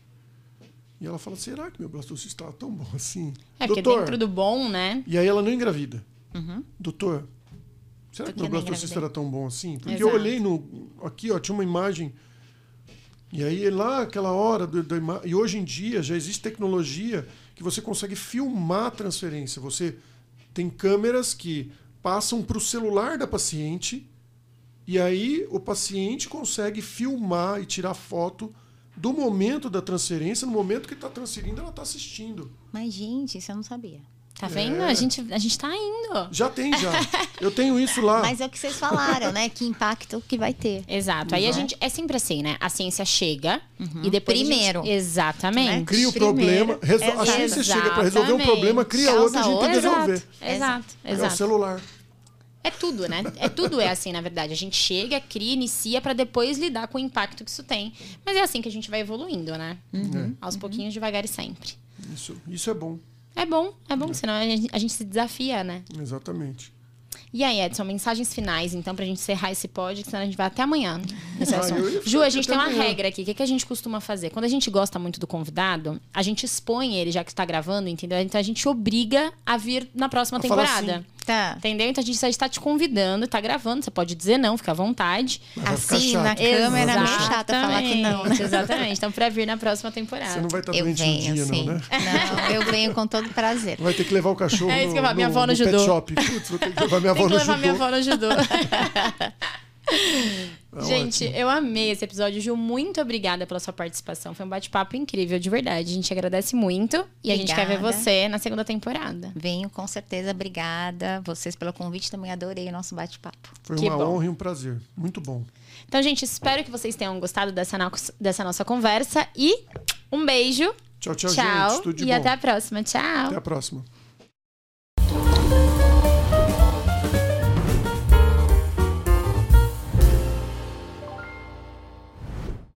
E ela fala, será que meu blastocisto está tão bom assim? É, porque Doutor, dentro do bom, né? E aí ela não engravida. Uhum. Doutor, será que meu blastocisto era tão bom assim? Porque Exato. eu olhei no... Aqui, ó, tinha uma imagem... E aí, lá, aquela hora... Do, do, e hoje em dia, já existe tecnologia que você consegue filmar a transferência. Você tem câmeras que... passam para o celular da paciente e aí o paciente consegue filmar e tirar foto do momento da transferência, no momento que está transferindo, ela está assistindo. Mas, gente, isso eu não sabia. Tá vendo? É. A, gente, a gente tá indo. Já tem, já. Eu tenho isso lá. Mas é o que vocês falaram, né? Que impacto que vai ter. Exato. Aí a gente... É sempre assim, né? A ciência chega e depois Primeiro. a gente, exatamente. Né? Cria o Primeiro. problema. Resol... A Exato. ciência chega para resolver um problema, cria Causa outro, a gente tem que outro. resolver. Exato. É o Exato. celular. É tudo, né? É tudo é assim, na verdade. A gente chega, cria, inicia pra depois lidar com o impacto que isso tem. Mas é assim que a gente vai evoluindo, né? É. Aos pouquinhos, devagar e sempre. Isso, isso é bom. É bom, é bom, senão a gente, a gente se desafia, né? Exatamente. E aí, Edson, mensagens finais, então, pra gente encerrar esse pod, senão a gente vai até amanhã nesse Ah, assunto. eu ia ficar Ju, a aqui gente até tem uma amanhã. regra aqui. O que, que a gente costuma fazer? Quando a gente gosta muito do convidado, a gente expõe ele, já que está gravando, entendeu? Então a gente obriga a vir na próxima A falar temporada. sim. Tá. Entendeu? Então a gente está te convidando, tá gravando. Você pode dizer não, fica à vontade. Mas vai ficar Assim, chato. na câmera, é meio Exatamente, chato falar que não. né? Exatamente. Então, pra vir na próxima temporada. Você não vai estar Eu doente venho, um dia, sim. não, né? Não, eu venho com todo prazer. Vai ter que levar o cachorro É isso no, que eu falo, minha avó no no judô. pet shop. Putz, vou ter que levar minha avó Tem que no levar judô. minha avó no judô. Tá Gente, ótimo. eu amei esse episódio. Ju, muito obrigada pela sua participação. Foi um bate-papo incrível, de verdade. A gente agradece muito. E a gente quer ver Obrigada. você na segunda temporada. Venho, com certeza. Obrigada. Vocês pelo convite. Também adorei o nosso bate-papo. Foi Que uma bom. honra e um prazer. Muito bom. Então, gente, espero que vocês tenham gostado dessa, no- dessa nossa conversa. E um beijo. Tchau, tchau, Tchau. gente. Tudo de e bom. até a próxima. Tchau. Até a próxima.